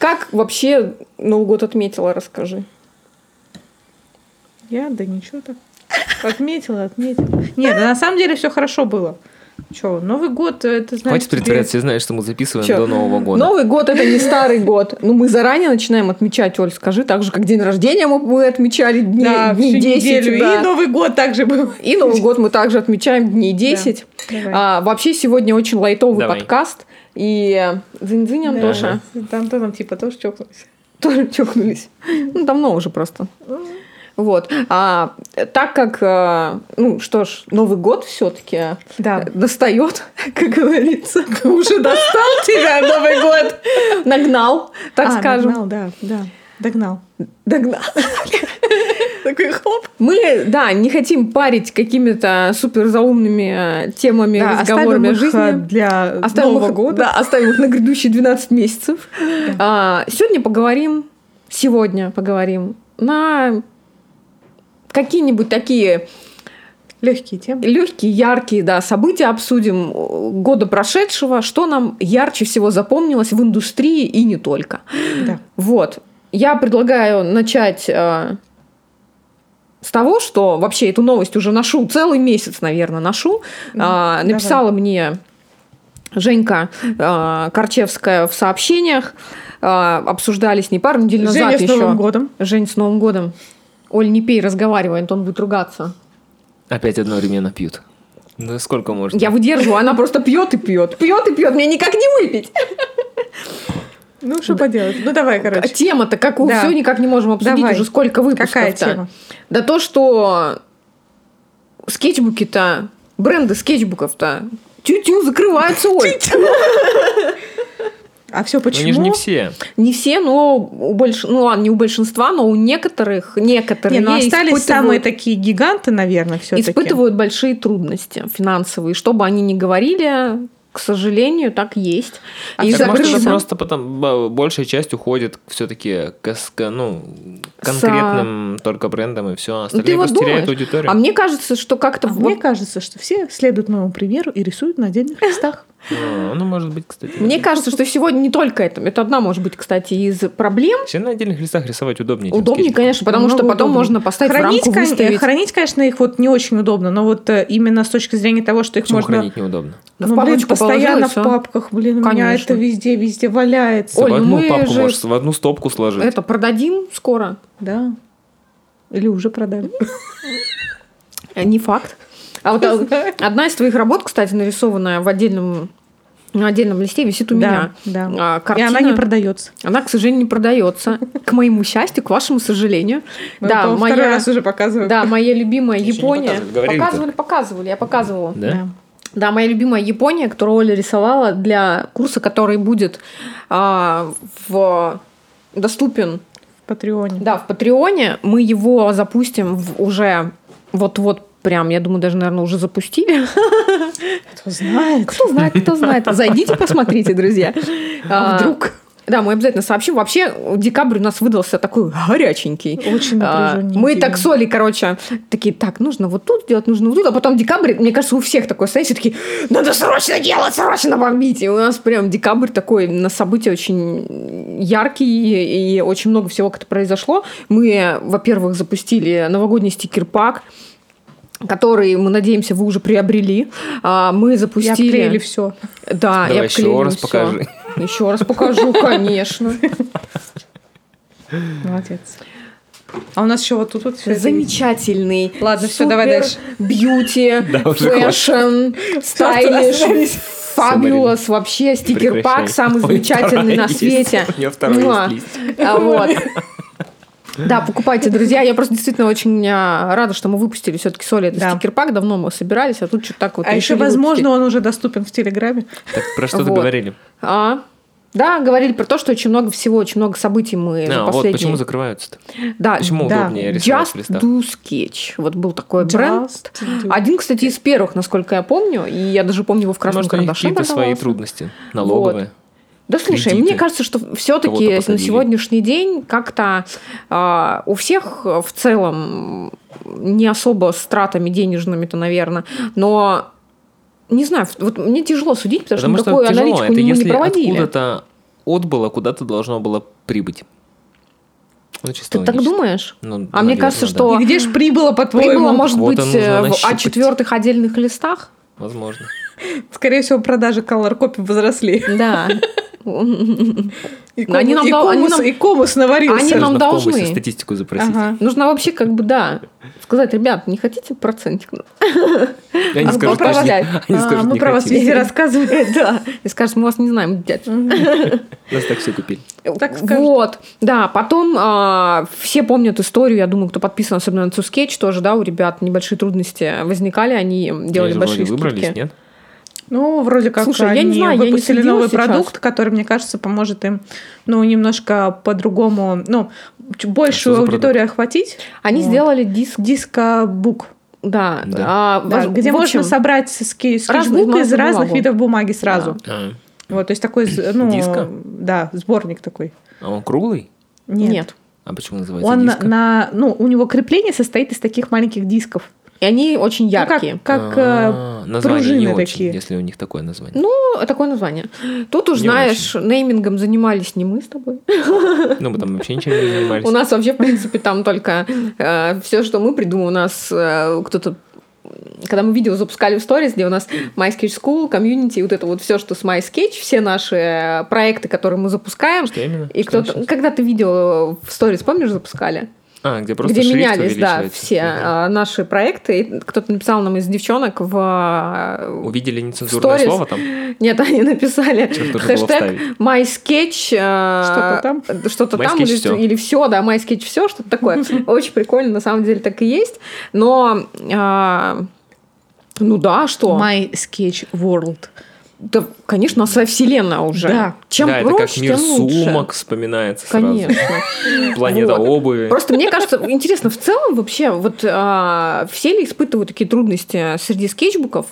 как вообще Новый год отметила, расскажи. Да ничего так. Отметила. Нет, на самом деле все хорошо было. Че, Новый год, это значит... Хватит притворяться, все знают, что мы записываем до Нового года. Новый год – это не старый год. Мы заранее начинаем отмечать, Оль, скажи, так же, как день рождения мы отмечали дни 10. Да. И Новый год также был. И Новый год мы также отмечаем дней 10. Вообще сегодня очень лайтовый подкаст. И дзынь-дзынь, Антоша. Антоном типа тоже чокнулись. Тоже чокнулись. Давно уже просто. Вот. Так как, Новый год все-таки достает, как говорится. Уже достал тебя Новый год. Нагнал, так скажем. Догнал. Такой хлоп. Мы, не хотим парить какими-то супер заумными темами, разговорами о жизни. Для Нового года. Да, оставим их на грядущие 12 месяцев. Сегодня поговорим на какие-нибудь такие легкие темы. Легкие, яркие, события обсудим года прошедшего, что нам ярче всего запомнилось в индустрии и не только. Да. Вот. Я предлагаю начать с того, что вообще эту новость уже ношу, целый месяц, наверное, ношу. Написала мне Женька Корчевская в сообщениях. Обсуждали с ней пару недель назад еще. Женя с Новым годом. Жень, с Новым годом. Оль, не пей, разговаривай, Антон будет ругаться. Опять одновременно пьют. Ну, сколько можно? Я выдерживаю, она просто пьет и пьет. Пьет и пьет, мне никак не выпить. Ну, что поделать? Ну, давай, короче. Тема-то какую все никак не можем обсудить, уже сколько выпусков-то. Какая тема? Да то, что скетчбуки-то, бренды скетчбуков-то тю-тю закрываются, Оль. А все почему? Они же не все. Не все, но не у большинства, но у некоторых остались самые такие гиганты, наверное, все-таки. Испытывают большие трудности финансовые. Что бы они ни говорили, к сожалению, так есть. И может, просто потом большая часть уходит все-таки к конкретным только брендам, и все. Остальные просто теряют аудиторию. А мне кажется, что как-то... Мне кажется, что все следуют моему примеру и рисуют на отдельных листах. Может быть, кстати. Мне кажется, что сегодня не только это. Это одна, может быть, кстати, из проблем. Все на отдельных листах рисовать удобнее. Удобнее, конечно, потому что потом можно поставить в рамку, выставить. Хранить, конечно, их не очень удобно, но вот именно с точки зрения того, что их можно... хранить неудобно? Постоянно в папках, у меня это везде валяется. Оль, в одну папку можешь, в одну стопку сложить. Это продадим скоро? Да. Или уже продали. Не факт. А вот одна из твоих работ, кстати, нарисованная на отдельном листе, висит у меня. Да. Картина, и она не продается. Она, к сожалению, не продается. К моему счастью, к вашему сожалению. Да, второй раз уже показываю. Да, моя любимая Япония. Показывали, Я показывала. Да? Да, моя любимая Япония, которую Оля рисовала для курса, который будет доступен в Патреоне. Да, в Патреоне. Мы его запустим уже вот-вот. Прям, я думаю, даже, наверное, уже запустили. Кто знает. Кто знает. Зайдите, посмотрите, друзья. Вдруг? Да, мы обязательно сообщим. Вообще, декабрь у нас выдался такой горяченький. Очень напряженненький. Мы так с Олей, такие, нужно вот тут делать, нужно вот тут. А потом декабрь, мне кажется, у всех такое стоит. Все такие, надо срочно делать, срочно бомбить. И у нас прям декабрь такой на события очень яркий. И очень много всего как-то произошло. Мы, во-первых, запустили новогодний стикер-пак, который, мы надеемся, вы уже приобрели. Мы запустили... Я обклеили все. Да, давай еще раз покажи. Еще раз покажу, конечно. Молодец. А у нас еще вот тут все замечательный. Ладно, все, давай дальше. Бьюти, фэшн, стайлиш, фабулous, вообще стикер-пак самый замечательный на свете. У меня второй есть лист. Да, покупайте, друзья. Я просто действительно очень рада, что мы выпустили все-таки с Олей этот стикер-пак. Давно мы собирались, а тут что-то так вот. А еще, возможно, он уже доступен в Телеграме. Так про что-то говорили. Да, говорили про то, что очень много всего, очень много событий мы за последние... Вот почему закрываются-то? Да, почему удобнее рисовать в листах? Just Do Sketch. Вот был такой бренд. Один, кстати, из первых, насколько я помню. И я даже помню его в красном карандаше. Может, какие-то свои трудности налоговые. Да, слушай, кредиты. Мне кажется, что все-таки на сегодняшний день как-то у всех в целом не особо с тратами денежными-то, наверное, но не знаю, вот мне тяжело судить, потому что такую аналитику мы не проводили. Откуда-то отбыло, куда-то должно было прибыть. Ну, чисто Ты так логично. думаешь? Ну, Мне наверное, кажется, да. что И где ж прибыло, по-твоему? прибыло, может Вот быть, он нужно в нащупать. А4 отдельных листах? Возможно. Скорее всего, продажи Color Copy возросли. Да. И Они нам дал- они нам- и комус наварился. Они нам Нужно в Комусе должны. статистику запросить. Ага. Нужно вообще сказать, ребят, не хотите процентик? И они скажут, попросять. они скажут, Мы не про вас хотим. везде рассказывали. Да. И скажут, мы вас не знаем, дядь. Нас так все купили. Так скажут. Вот, да, потом все помнят историю, я думаю, кто подписан, особенно на Цускетч, тоже, да, у ребят небольшие трудности возникали, они делали Они же большие вроде выбрались, скидки. нет? Ну, вроде как Слушай, я они не знаю, я не выпустили следила новый сейчас. продукт, который, мне кажется, поможет им, немножко по-другому, большую за аудиторию охватить. Они Вот. сделали диск, Дискобук. да, Да. Да, где в общем, можно собрать разную скетчбук из разных бумагу. видов бумаги сразу. А, Вот, то есть такой, Диско? да, сборник такой. а он круглый? нет. А почему называется Он диско? у него крепление состоит из таких маленьких дисков. И они очень яркие. Как Название пружины не очень, такие. если у них такое название. Ну, такое название. Тут уж, Не знаешь, неймингом занимались не мы с тобой. Ну, мы там вообще ничем не занимались. У нас вообще, в принципе, там только все, что мы придумали, у нас кто-то... Когда мы видео запускали в сторис, где у нас MySketch School, комьюнити, вот это вот все, что с MySketch, все наши проекты, которые мы запускаем. Что именно? И Что кто-то, сейчас? когда ты видео в сторис, помнишь, запускали? Где просто Где шрифт менялись, да, увеличивается. все наши проекты. И кто-то написал нам из девчонок в... Увидели нецензурное сторис. слово там? Нет, они написали Что-то было хэштег вставить. MySketch. Что-то там. Что-то там MySketch всё. или все, да, MySketch все, что-то такое. Очень прикольно, на самом деле так и есть. Но, ну да, что? My Sketch World. Да, конечно, у нас своя вселенная уже. Да. Чем Да, это как проще, мир тем лучше. сумок вспоминается сразу. Конечно. Планета Вот. обуви. Просто мне кажется, интересно, в целом вообще, вот все ли испытывают такие трудности среди скетчбуков?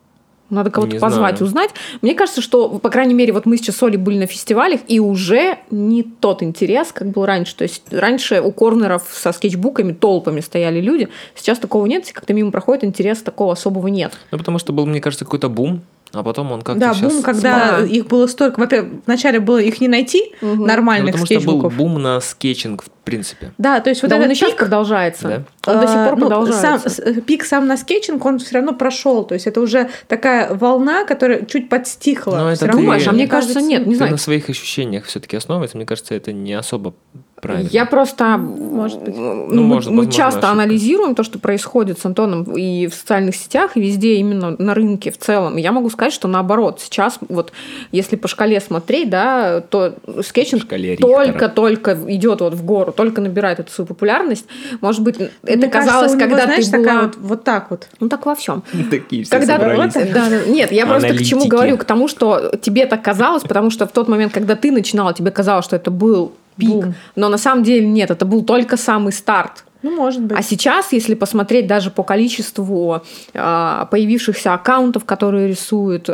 Надо кого-то Не позвать, знаю. узнать. Мне кажется, что, по крайней мере, вот мы сейчас с Олей были на фестивалях, и уже не тот интерес, как был раньше. То есть раньше у корнеров со скетчбуками толпами стояли люди. Сейчас такого нет. Если как-то мимо проходит, интереса такого особого нет. Ну, потому что был, мне кажется, какой-то бум, а потом он как-то Да, сейчас... бум, когда Да. их было столько. Во-первых, вначале было их не найти, Мгм. Ну, нормальных потому что был скетчбуков. бум на скетчинг, в принципе. Да, то есть вот Да, он этот и сейчас пик, продолжается. Да? Он до сих пор ну, продолжается. пик сам на скетчинг, он все равно прошел. То есть это уже такая волна, которая чуть подстихла. Ну, это Всё равно, Думаешь, а мне Мне кажется, нет, не Ты знаю. на своих ощущениях все-таки основывается. Мне кажется, это не особо правильно. Я просто... Может быть. Ну, может, мы возможно, часто ошибка. анализируем то, что происходит с Антоном и в социальных сетях, и везде именно на рынке в целом. И я могу сказать, что наоборот. Сейчас вот если по шкале смотреть, да, то скетчинг шкале Рихтера. только идет вот в гору, только набирает эту свою популярность. Может быть, это Мне казалось, кажется, у него, когда знаешь, ты была... такая вот так вот. Ну, так во всем. Такие все Когда собрались. Нет, я просто к чему Аналитики. говорю, к тому, что тебе так казалось, потому что в тот момент, когда ты начинала, тебе казалось, что это был пик, Бум. но на самом деле нет, это был только самый старт. Ну, может быть. А сейчас, если посмотреть даже по количеству появившихся аккаунтов, которые рисуют,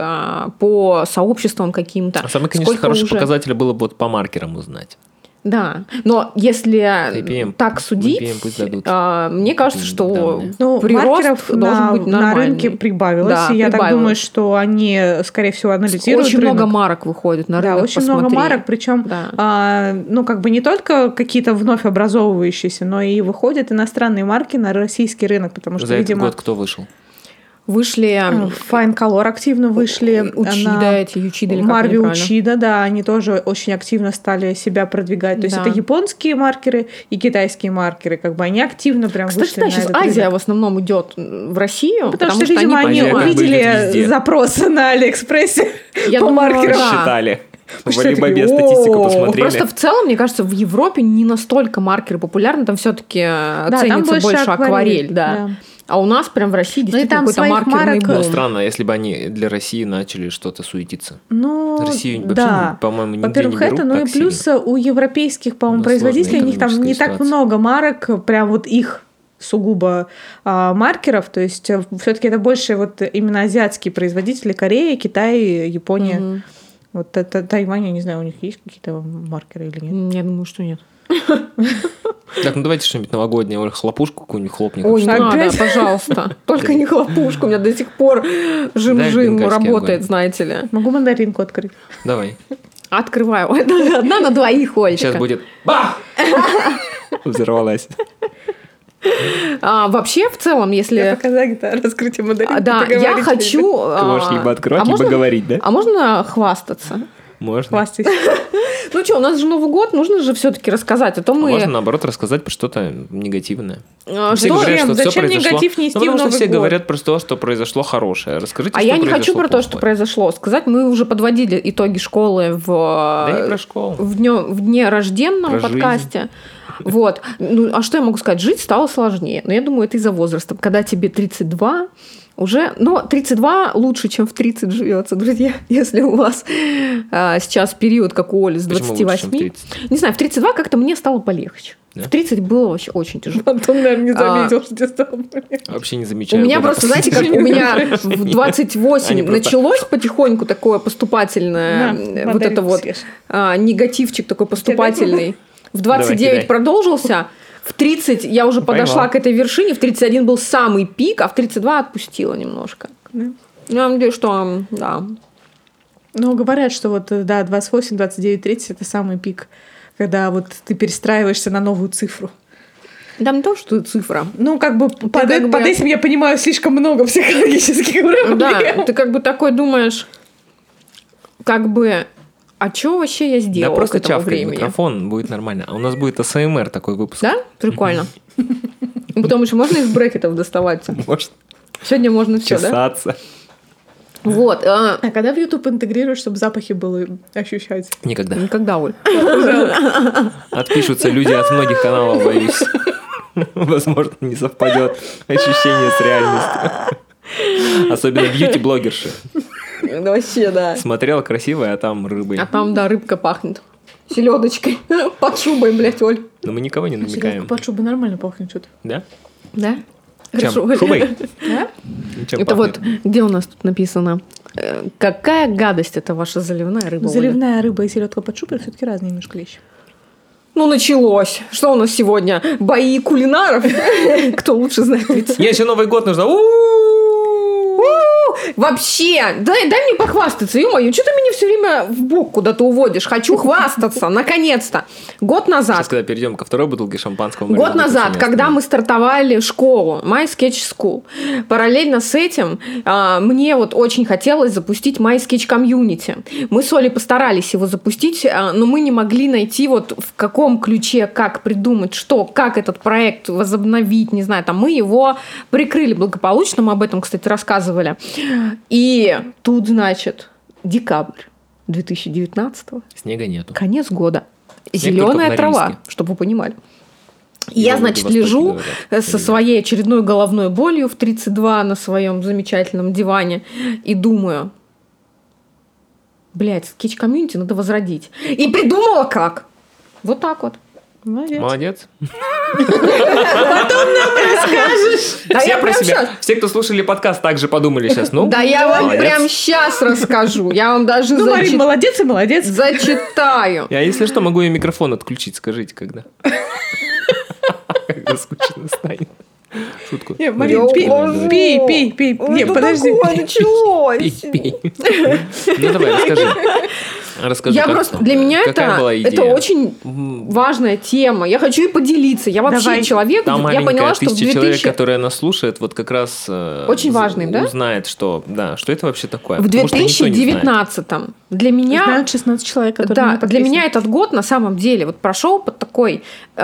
по сообществам каким-то. А самый, конечно, сколько хороший уже- показатель было бы вот по маркерам узнать. Да, но если IPM, так судить, IPM пусть дадут мне кажется, что данные. Ну, прирост маркеров должен быть на нормальный. рынке прибавилось. Да, и я так прибавилось. думаю, что они, скорее всего, анализируют Очень рынок. много марок выходит на Да, рынок. очень много посмотри. марок, причем, Да. не только какие-то вновь образовывающиеся, но и выходят иностранные марки на российский рынок, потому что, За этот видимо, год кто вышел? Вышли Fine Color активно вышли. Учида, эти Учида или как Марви они правильно? Учида, да, они тоже очень активно стали себя продвигать. То есть Да. это японские маркеры и китайские маркеры, как бы они активно прям Кстати, вышли да, на сейчас этот Азия рынок. в основном идет в Россию, Потому что, видимо, они Азия как бы идет увидели везде. запросы на Алиэкспрессе Я по думаю, маркерам. да. Считали. В Что Алибабе такие, статистику «О». посмотрели. Просто в целом, мне кажется, в Европе не настолько маркеры популярны, там все-таки там ценится больше акварель, да. да. А у нас прям в России Ну и действительно там какой-то своих маркерный марок- Ну, бум. странно, если бы они для России начали что-то суетиться. Ну, Россию вообще, да. по-моему, нигде Во-первых, не берут это, ну и так плюс сильно. у европейских, по-моему, Ну, производителей, у них там сложная не так экономическая много марок, прям вот их сугубо маркеров, то есть все-таки это больше вот именно азиатские производители: Корея, Китай, Япония. Мгм. Вот это Тайвань, я не знаю, у них есть какие-то маркеры или нет. Я думаю, что нет. Так, ну давайте что-нибудь новогоднее, Оль, хлопушку какую-нибудь хлопни. Ой, не как что. надо, Опять? пожалуйста. Только не хлопушку. У меня до сих пор Дай жим-жим бенгальский работает, огонь. знаете ли. Могу мандаринку открыть. Давай. Открываю. Одна на двоих, Олечка. Сейчас будет бах! Взорвалась. Вообще, в целом, если... Я показала гитару, раскрытие мандарин. Да, я хочу... Ты можешь либо открывать, либо говорить, да? А можно хвастаться? Можно. Хвастайся. Ну что, у нас же Новый год, нужно же все-таки рассказать, а то мы... Можно, наоборот, рассказать про что-то негативное. Все Что? говорят, что все Зачем произошло... негатив нести в потому что Новый все год? говорят про то, что произошло хорошее. Расскажите, А что я не произошло хочу про то, что плохое. произошло, сказать. Мы уже подводили итоги школы Да не про школу. в дне рожденном Про подкасте. Вот. Ну, а что я могу сказать? Жить стало сложнее. Но я думаю, это из-за возраста. Когда тебе 32, уже... Но 32 лучше, чем в 30 живется, друзья. Если у вас сейчас период, как у Оли, с Почему 28. лучше, чем в 30? Не знаю, в 32 как-то мне стало полегче. Да? В 30 было вообще очень тяжело. Антон, наверное, не заметил, что тебе стало полегче. Вообще не У замечаю. меня куда просто, знаете, как у меня в 28 Они просто- началось потихоньку такое поступательное, На, вот это мандарин вот съешь. негативчик такой поступательный. В 29 Давай, кидай. продолжился, в 30 я уже подошла Поймал. к этой вершине, в 31 был самый пик, а в 32 отпустила немножко. Да. Я надеюсь, что да. Ну, говорят, что вот, да, 28, 29, 30 – это самый пик, когда вот ты перестраиваешься на новую цифру. Там то, что цифра. Ну, как бы под как бы- этим я понимаю слишком много психологических проблем. Да, ты как бы такой думаешь, как бы, а что вообще я Да сделала к просто этому чавкай в времени? микрофон, будет нормально. А у нас будет АСМР такой выпуск. Да? Прикольно. Потом еще можно из брекетов доставать. Может Сегодня можно все, да? чесаться. Вот. А когда в YouTube интегрируешь, чтобы запахи было ощущать? Никогда. Никогда, Оль. Отпишутся люди от многих каналов, боюсь. Возможно, не совпадет ощущение с реальностью. Особенно бьюти-блогерши. Вообще, да. Смотрела красивая, а там рыбой. А там, да, рыбка пахнет. Селедочкой. Под шубой, блядь, Оль. Но мы никого не намекаем. Под шубой нормально пахнет что-то. Да? Да? Чем? Хорошо, Оль. Шубой? Да? Чем Это пахнет? вот, где у нас тут написано? Какая гадость это ваша заливная рыба, Оля? Заливная рыба и селедка под шубой все-таки разные немножко вещи. Ну, началось. Что у нас сегодня? Бои кулинаров? Кто лучше знает рецепт? Мне еще Новый год нужно. Вообще, дай мне похвастаться, ё-моё, что ты меня все время в бок куда-то уводишь? Хочу хвастаться, наконец-то. Год Сейчас, назад, когда перейдем ко второй бутылке шампанского. год назад, когда мы стартовали школу, My Sketch School, параллельно с этим мне вот очень хотелось запустить My Sketch Community. Мы с Олей постарались его запустить, но мы не могли найти вот в каком ключе, как придумать, что, как этот проект возобновить, не знаю, там мы его прикрыли благополучно, мы об этом, кстати, рассказывали. И тут, значит, декабрь 2019-го, Снега нету. конец года, Снег только зеленая в трава, Норильске. чтобы вы понимали. И И я, во значит, Владивостоке, лежу говорят, со своей очередной головной болью в 32 на своем замечательном диване и думаю, блядь, скетч-комьюнити надо возродить. И придумала как. Вот так вот. Молодец. Молодец. Расскажешь? Да Все я про прям себя. сейчас. Все, кто слушали подкаст, также подумали сейчас. Ну, Да я вам молодец. прям сейчас расскажу. Я вам даже Ну, Марин, молодец и молодец. зачитаю. Я, если что, могу и микрофон отключить, скажите, когда. Когда скучно станет. Шутку. Не, Марин, Я пей, ухожу. пей. Не, Что подожди. такое началось? Пей. Ну, давай, расскажи. Расскажи, Я как просто там? для меня Какая была это идея? очень важная тема. Я хочу и поделиться. Я вообще Давай. человек, Там я маленькая поняла, что в 1000 человек, 2000... которые нас слушают, вот как раз Очень важный, да? узнает, что это вообще такое. В Потому что никто не знает. 2019-м для меня... Знают 16 человек, которые Да, на для подписаны. меня этот год на самом деле вот прошел под такой...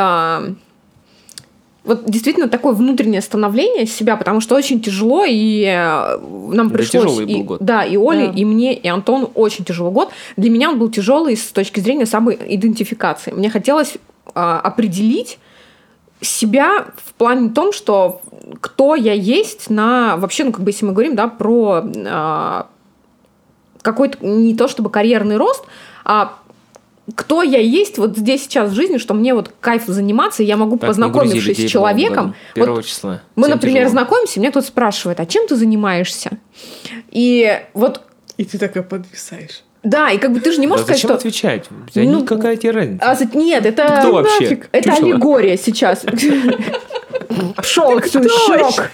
вот действительно такое внутреннее становление себя, потому что очень тяжело, и нам Да, пришлось... тяжелый был и, год. Да, и Оле, Да. и мне, и Антону очень тяжелый год. Для меня он был тяжелый с точки зрения самоидентификации. Мне хотелось определить себя в плане том, что кто я есть на... Вообще, ну, как бы, если мы говорим, да, про какой-то не то чтобы карьерный рост, а кто я есть вот здесь сейчас в жизни, что мне вот кайф заниматься, и я могу, Так, не грузи познакомившись людей с человеком... в Новом году. 1 вот числа. мы, Всем например, тяжело. знакомимся, меня кто-то спрашивает, а чем ты занимаешься? И вот, И ты такая подвисаешь. да, и как бы ты же не Да можешь сказать, зачем что... отвечать? У тебя Ну, никакая тебе разница. Нет, это... Кто вообще? нафиг. Это Чучело? аллегория сейчас. Пшел, Кто щек.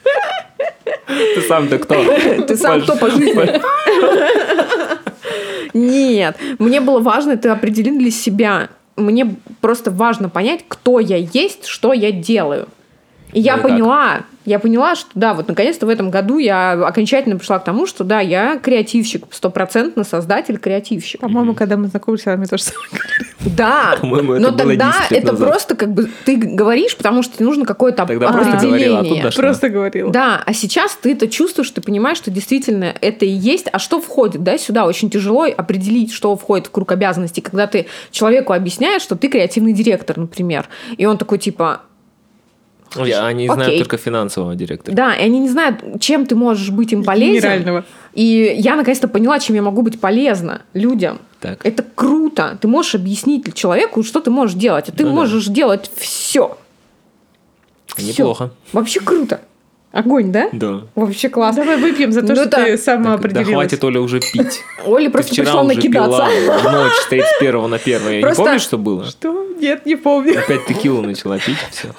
Ты сам-то кто? Ты сам кто по жизни? Нет, мне было важно это определить для себя. Мне просто важно понять, кто я есть, что я делаю. И я поняла, что да, вот наконец-то в этом году я окончательно пришла к тому, что да, я креативщик, 100% создатель-креативщик. По-моему, когда мы знакомились с вами, тоже самое. Да, По-моему, это но было тогда 10 лет это назад. просто как бы ты говоришь, потому что тебе нужно какое-то Тогда просто говорила, а тут определение. дошла. Просто говорила. Да, а сейчас ты это чувствуешь, ты понимаешь, что действительно это и есть. А что входит, да, сюда? Очень тяжело определить, что входит в круг обязанностей, когда ты человеку объясняешь, что ты креативный директор, например, и он такой типа... Они Окей. знают только финансового директора. Да, и они не знают, чем ты можешь быть им полезен. Генерального. И я наконец-то поняла, чем я могу быть полезна людям. Так. Это круто. Ты можешь объяснить человеку, что ты можешь делать. А ты Ну да. можешь делать все. Неплохо. Вообще круто. Огонь, да? Да. Вообще классно. Давай выпьем за то, Ну что это- ты Да самоопределилась. хватит, Оля, уже пить. Оля Ты просто вчера пришла уже накидаться. пила в ночь с 31 на 1. Не Просто- помнишь, что было? Что? Нет, не помню. Опять текилу начала пить, все.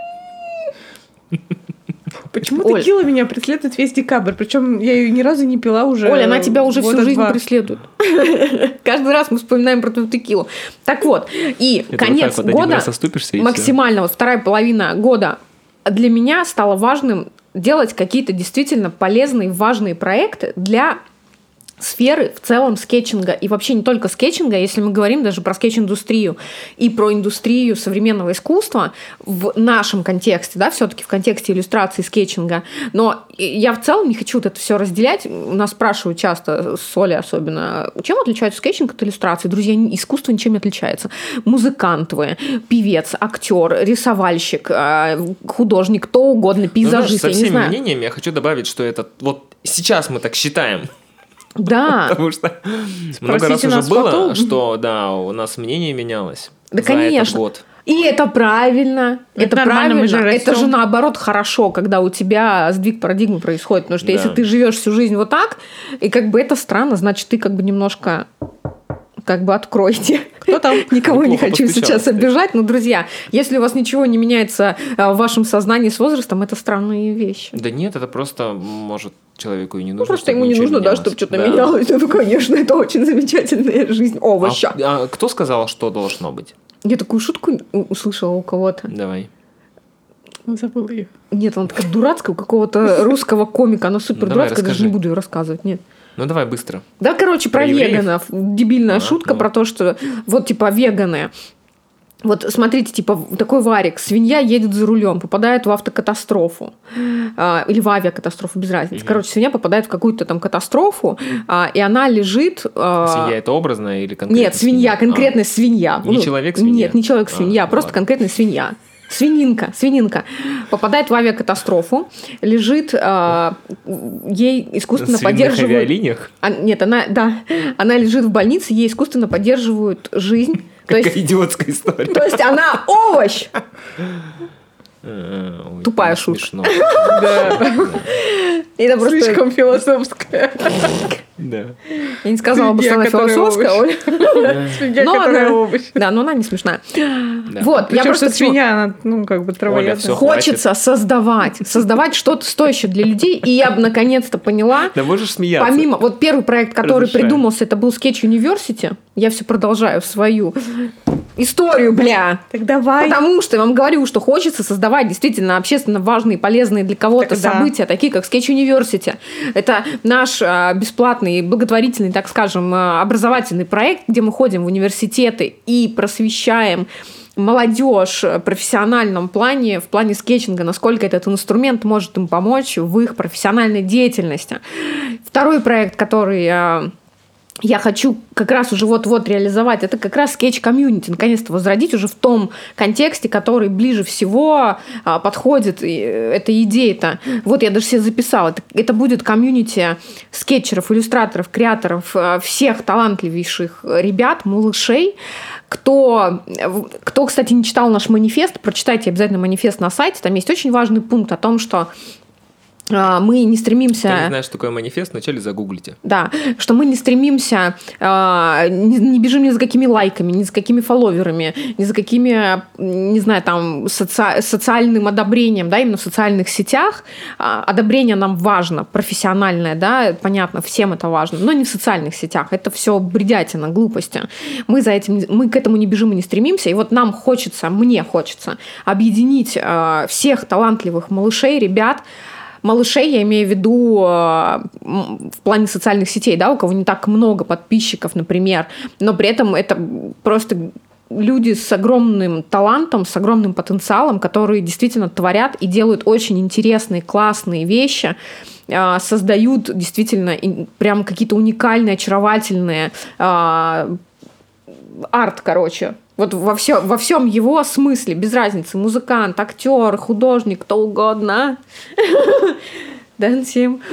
Почему Оль. текила меня преследует весь декабрь? Причем я ее ни разу не пила уже. Оля, она тебя уже всю года жизнь 2. преследует. Каждый раз мы вспоминаем про твою текилу. Так вот, и Это конец вот так вот один года, раз оступишься, и всё. максимально, вот вторая половина года для меня стало важным делать какие-то действительно полезные, важные проекты для сферы в целом скетчинга. И вообще не только скетчинга, если мы говорим даже про скетч-индустрию и про индустрию современного искусства в нашем контексте, да, все-таки в контексте иллюстрации скетчинга. Но я в целом не хочу вот это все разделять. У нас спрашивают часто, с Олей особенно, чем отличается скетчинг от иллюстрации? Друзья, искусство ничем не отличается. Музыкант вы, певец, актер, рисовальщик, художник, кто угодно, Ну, знаешь, пейзажист, со я не всеми знаю. мнениями я хочу добавить, что это вот сейчас мы так считаем. Да. Потому что много раз Спросите уже нас было, потом. что да, у нас мнение менялось Да, за этот конечно. год. И это правильно. Это Это нормально, мы правильно. же Это растём. же наоборот хорошо, когда у тебя сдвиг парадигмы происходит. Потому что Да. если ты живешь всю жизнь вот так, и как бы это странно, значит, ты как бы немножко как бы откройте. Кто там? Никого не Неплохо хочу постучала, сейчас кстати. обижать, но, друзья, если у вас ничего не меняется в вашем сознании с возрастом, это странные вещи. Да нет, это просто может человеку и не нужно. Ну, просто чтобы ему не ничего нужно, да, менялось. чтобы что-то Да. менялось. Ну, конечно, это очень замечательная жизнь овоща. А кто сказал, что должно быть? Я такую шутку услышала у кого-то. Давай. Забыла ее. Нет, она такая дурацкая, у какого-то русского комика. Она супер Давай, дурацкая, даже расскажи. не буду ее рассказывать. Нет. Ну давай быстро. Да, короче, про Про евреев? веганов. Дебильная шутка ну. про то, что вот типа веганы. Вот смотрите, типа такой варик, свинья едет за рулем, попадает в автокатастрофу или в авиакатастрофу, без разницы. Короче, свинья попадает в какую-то там катастрофу, и она лежит... Свинья это образная или конкретно? Нет, свинья, конкретная свинья. Не человек-свинья? Нет, не человек-свинья, А, просто ладно. конкретная свинья. Свининка. Попадает в авиакатастрофу, лежит, ей искусственно На свиных поддерживают... авиалиниях? Нет, она лежит в больнице, ей искусственно поддерживают жизнь. То Какая есть, идиотская история. то есть она овощ. Ой, Тупая как шутка. смешно. Это просто... Слишком философская. Да. Я не сказала бы, что Свинья, она которая философская, овощ. Оля. Свинья, Но которая она- овощ. Да, но она не смешная. Да. Вот, я Причем, просто что свинья, она, ну, как бы всё. травоядная. Хочется создавать что-то стоящее для людей. И я бы наконец-то поняла, Да можешь смеяться. помимо... Вот первый проект, который Разрешаю. придумался, это был Sketch University. Я все продолжаю свою историю, бля. Так давай. Потому что я вам говорю, что хочется создавать действительно общественно важные, полезные для кого-то Так да. события, такие как Sketch University. Это наш бесплатный, благотворительный, так скажем, образовательный проект, где мы ходим в университеты и просвещаем молодежь в профессиональном плане, в плане скетчинга, насколько этот инструмент может им помочь в их профессиональной деятельности. Второй проект, который я хочу как раз уже вот-вот реализовать, это как раз скетч-комьюнити, наконец-то возродить уже в том контексте, который ближе всего подходит этой идее-то. Вот я даже себе записала. Это будет комьюнити скетчеров, иллюстраторов, креаторов, всех талантливейших ребят, малышей. Кто, кстати, не читал наш манифест, прочитайте обязательно манифест на сайте. Там есть очень важный пункт о том, что мы не стремимся... Кто не знает, что такое манифест, вначале загуглите. Да, что мы не стремимся, не бежим ни за какими лайками, ни за какими фолловерами, ни за какими, не знаю, там, социальным одобрением, да, именно в социальных сетях. Одобрение нам важно, профессиональное, да, понятно, всем это важно, но не в социальных сетях. Это все бредятина, глупости. Мы к этому не бежим и не стремимся. И вот мне хочется объединить всех талантливых малышей, ребят. Малышей я имею в виду в плане социальных сетей, да, у кого не так много подписчиков, например, но при этом это просто люди с огромным талантом, с огромным потенциалом, которые действительно творят и делают очень интересные, классные вещи, создают действительно прям какие-то уникальные, очаровательные арт, короче. Вот во всем его смысле, без разницы, музыкант, актер, художник, кто угодно. Дэнсим.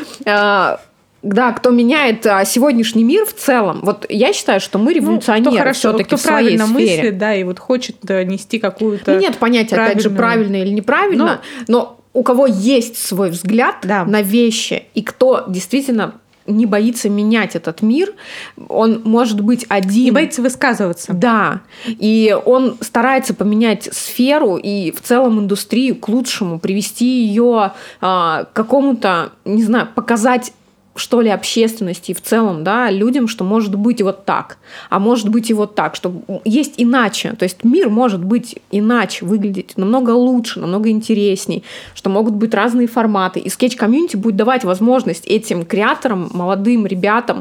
Да, кто меняет сегодняшний мир в целом. Вот я считаю, что мы революционеры все-таки в своей сфере. Мыслит, да, и вот хочет нести какую-то... Ну, нет понятия, опять же, правильно или неправильно, но у кого есть свой взгляд на вещи, и кто действительно не боится менять этот мир, он может быть один. Не боится высказываться. Да, и он старается поменять сферу и в целом индустрию к лучшему, привести ее к какому-то, не знаю, показать, что ли, общественности и в целом, да, людям, что может быть и вот так, а может быть и вот так, что есть иначе. То есть мир может быть иначе, выглядеть намного лучше, намного интересней, что могут быть разные форматы. И скетч-комьюнити будет давать возможность этим креаторам, молодым ребятам,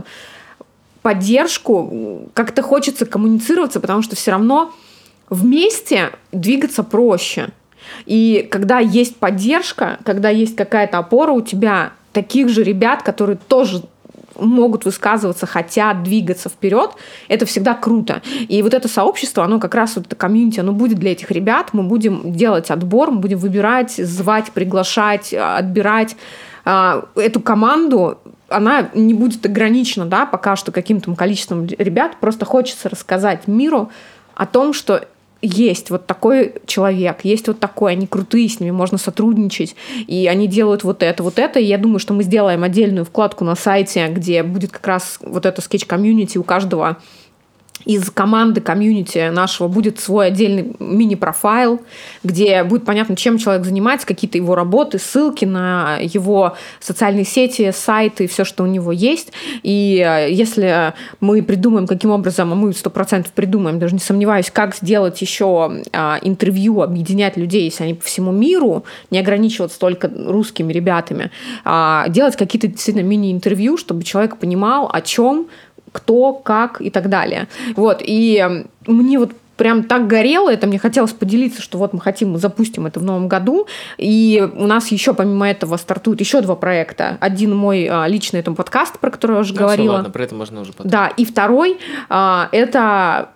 поддержку. Как-то хочется коммуницироваться, потому что все равно вместе двигаться проще. И когда есть поддержка, когда есть какая-то опора у тебя, таких же ребят, которые тоже могут высказываться, хотят двигаться вперед, это всегда круто. И вот это сообщество, оно как раз, вот это комьюнити, оно будет для этих ребят, мы будем делать отбор, мы будем выбирать, звать, приглашать, отбирать эту команду. Она не будет ограничена, да, пока что каким-то количеством ребят, просто хочется рассказать миру о том, что есть вот такой человек, есть вот такой, они крутые, с ними можно сотрудничать, и они делают вот это, и я думаю, что мы сделаем отдельную вкладку на сайте, где будет как раз вот это скетч-комьюнити, у каждого из команды комьюнити нашего будет свой отдельный мини-профайл, где будет понятно, чем человек занимается, какие-то его работы, ссылки на его социальные сети, сайты, все, что у него есть. И если мы придумаем, каким образом, а мы 100% придумаем, даже не сомневаюсь, как сделать еще интервью, объединять людей, если они по всему миру, не ограничиваться только русскими ребятами, делать какие-то действительно мини-интервью, чтобы человек понимал, о чем, кто, как и так далее. Вот. И мне вот прям так горело это, мне хотелось поделиться, что вот мы запустим это в новом году. И у нас еще помимо этого стартуют еще 2 проекта. Один мой личный, это подкаст, про который я уже говорила. Ладно, про это можно уже потом. Да, и второй это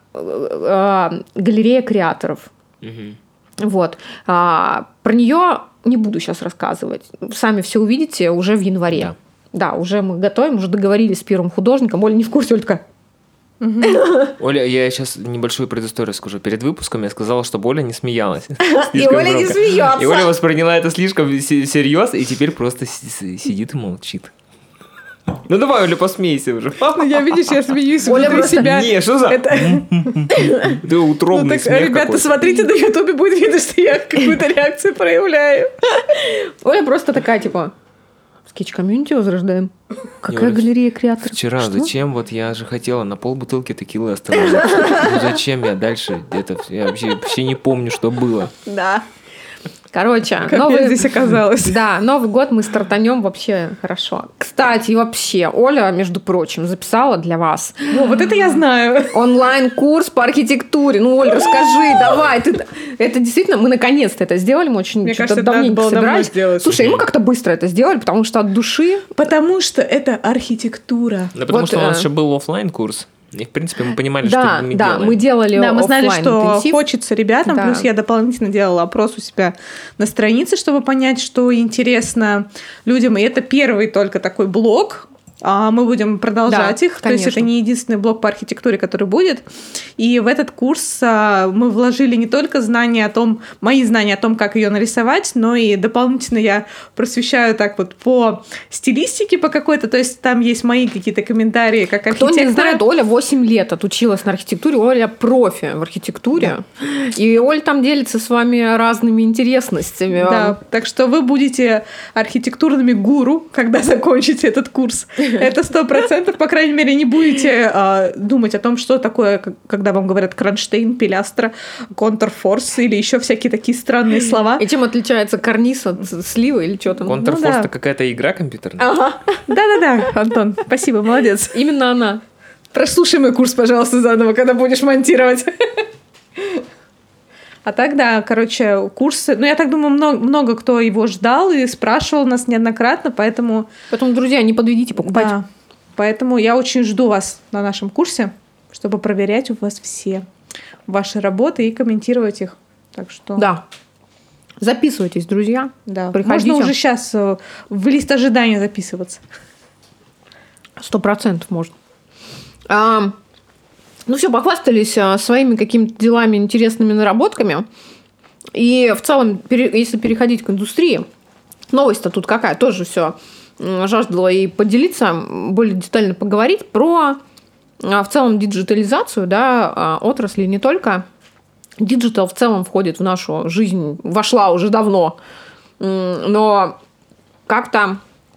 галерея креаторов. Угу. Вот. Про нее не буду сейчас рассказывать. Сами все увидите уже в январе. Да. Да, уже мы готовим, уже договорились с первым художником. Оля не в курсе, Оля такая... Оля, я сейчас небольшую предысторию скажу. Перед выпуском я сказала, чтобы Оля не смеялась. И Оля не смеется. И Оля восприняла это слишком всерьез, и теперь просто сидит и молчит. Ну давай, Оля, посмейся уже. Ну я, видишь, я смеюсь Оля внутри просто... себя. Не, что за... Ты утробный смех какой-то. Ребята, смотрите на Ютубе, будет видно, что я какую-то реакцию проявляю. Оля просто такая, типа... Скетч-комьюнити возрождаем. Какая галерея креаторов? Вчера зачем? Вот я же хотела на полбутылки текилы остановиться. Ну зачем я дальше? Я вообще не помню, что было. Да. Короче, как я здесь оказалась. Да, Новый год мы стартанем вообще хорошо. Кстати, вообще, Оля, между прочим, записала для вас. Вот это я знаю. Онлайн-курс по архитектуре. Ну, Оль, расскажи, давай. Это действительно, мы наконец-то это сделали. Мы очень Мне что-то кажется, давненько собирались. Сделать. Слушай, мы как-то быстро это сделали, потому что от души. Потому что это архитектура. Да, потому что у нас еще был офлайн-курс. И, в принципе, мы понимали, да, что мы да, делаем. Мы делали да, мы знали, оффлайн-интенсив. что хочется ребятам. Да. Плюс я дополнительно делала опрос у себя на странице, чтобы понять, что интересно людям. И это первый только такой блог мы будем продолжать Да, их. То есть конечно. это не единственный блок по архитектуре, который будет. И в этот курс мы вложили не только мои знания о том, как ее нарисовать, но и дополнительно я просвещаю так вот по стилистике по какой-то. То есть там есть мои какие-то комментарии как архитектора. Кто не знает, Оля 8 лет отучилась на архитектуре. Оля профи в архитектуре. Да. И Оля там делится с вами разными интересностями. Да, так что вы будете архитектурными гуру, когда закончите этот курс. Это 100%, по крайней мере, не будете думать о том, что такое, когда вам говорят кронштейн, пилястра, контрфорс или еще всякие такие странные слова. И чем отличается карниз от сливы или что там? Контрфорс это какая-то игра компьютерная? Ага. Да-да-да, Антон, спасибо, молодец. Именно она. Прослушай мой курс, пожалуйста, заново, когда будешь монтировать. А так, да, короче, курсы... я так думаю, много кто его ждал и спрашивал нас неоднократно, поэтому... Поэтому, друзья, не подведите покупать. Да, поэтому я очень жду вас на нашем курсе, чтобы проверять у вас все ваши работы и комментировать их. Так что... Да. Записывайтесь, друзья. Да. Приходите. Можно уже сейчас в лист ожидания записываться. 100% можно. Все, похвастались своими какими-то делами, интересными наработками. И в целом, если переходить к индустрии, новость-то тут какая? Тоже все жаждала и поделиться, более детально поговорить про в целом диджитализацию, да, отрасли не только. Диджитал в целом входит в нашу жизнь, вошла уже давно, но как-то,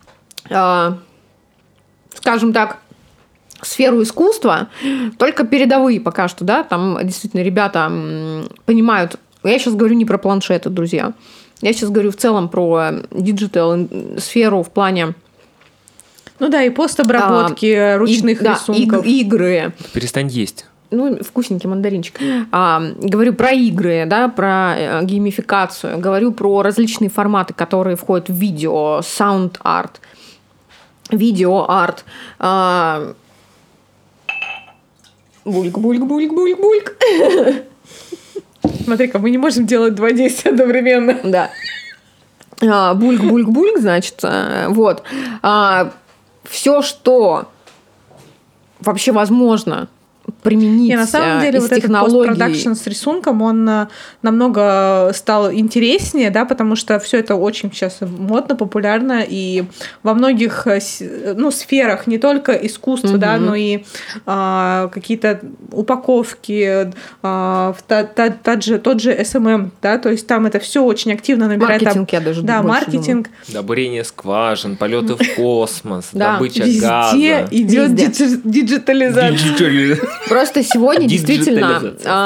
скажем так, сферу искусства только передовые пока что, да, там действительно ребята понимают. Я сейчас говорю не про планшеты, друзья. Я сейчас говорю в целом про диджитал сферу в плане... и постобработки ручных рисунков. Игры. Перестань есть. Вкусненький мандаринчик. Говорю про игры, да, про геймификацию. Говорю про различные форматы, которые входят в видео, саунд-арт, видео-арт. Бульк. Смотри-ка, мы не можем делать два действия одновременно. Да. Бульк, значит, вот. Все, что вообще возможно применить на самом деле, из вот технологий. Этот постпродакшн с рисунком, он намного стал интереснее, да, потому что все это очень сейчас модно, популярно, и во многих сферах, не только искусства, да, но и какие-то упаковки, тот же SMM, да, то есть там это все очень активно набирает. Маркетинг, я даже да, маркетинг. Да, бурение скважин, полеты в космос, добыча газа. Везде идет диджитализация. Просто сегодня действительно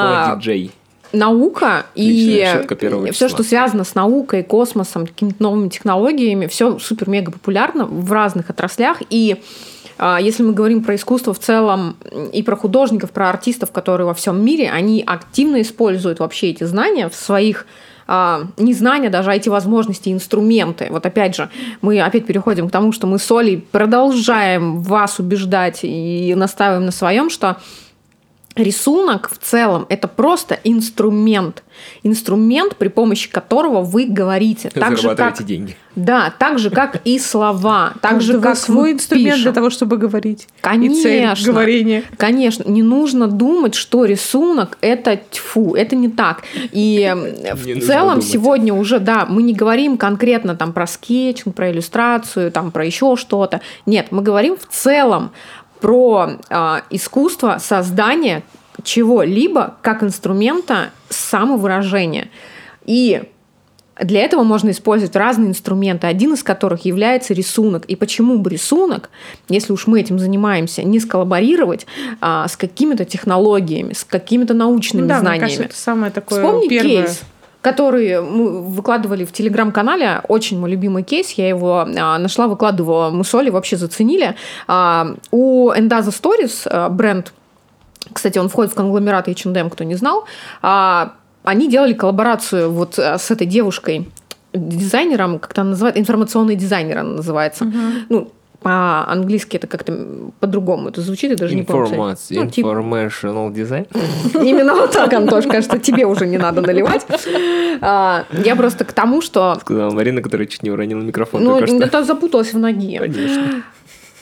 наука и все, что связано с наукой, космосом, какими-то новыми технологиями, все супер-мега популярно в разных отраслях. И если мы говорим про искусство в целом и про художников, про артистов, которые во всем мире, они активно используют вообще эти знания в своих не знания даже, а эти возможности, инструменты. Вот опять же, мы опять переходим к тому, что мы с Олей продолжаем вас убеждать и настаиваем на своем, что рисунок в целом – это просто инструмент. Инструмент, при помощи которого вы говорите. Зарабатываете деньги. Да, так же, как и слова. Так же, как свой инструмент пишем. для того, чтобы говорить. Конечно. И цель говорения. Конечно. Не нужно думать, что рисунок – это тьфу. Это не так. И в целом сегодня уже, да, мы не говорим конкретно там про скетчинг, про иллюстрацию, там про еще что-то. Нет, мы говорим в целом про искусство создания чего-либо как инструмента самовыражения. И для этого можно использовать разные инструменты, один из которых является рисунок. И почему бы рисунок, если уж мы этим занимаемся, не сколлаборировать с какими-то технологиями, с какими-то научными знаниями? Мне кажется, это самое такое Вспомни первое. Кейс, который мы выкладывали в Телеграм-канале. Очень мой любимый кейс. Я его нашла, выкладывала. Мы с Олей вообще заценили. У Endaza Stories бренд, кстати, он входит в конгломерат H&M, кто не знал, они делали коллаборацию вот с этой девушкой, дизайнером, как-то она называется, информационный дизайнер она называется. Ну, по-английски это как-то по-другому это звучит, я даже не помню. Informational design. Именно вот так, Антош, кажется, тебе уже не надо наливать. Я просто к тому, что... Сказала Марина, которая чуть не уронила микрофон Ну, только что. это запуталась в ноге. Конечно.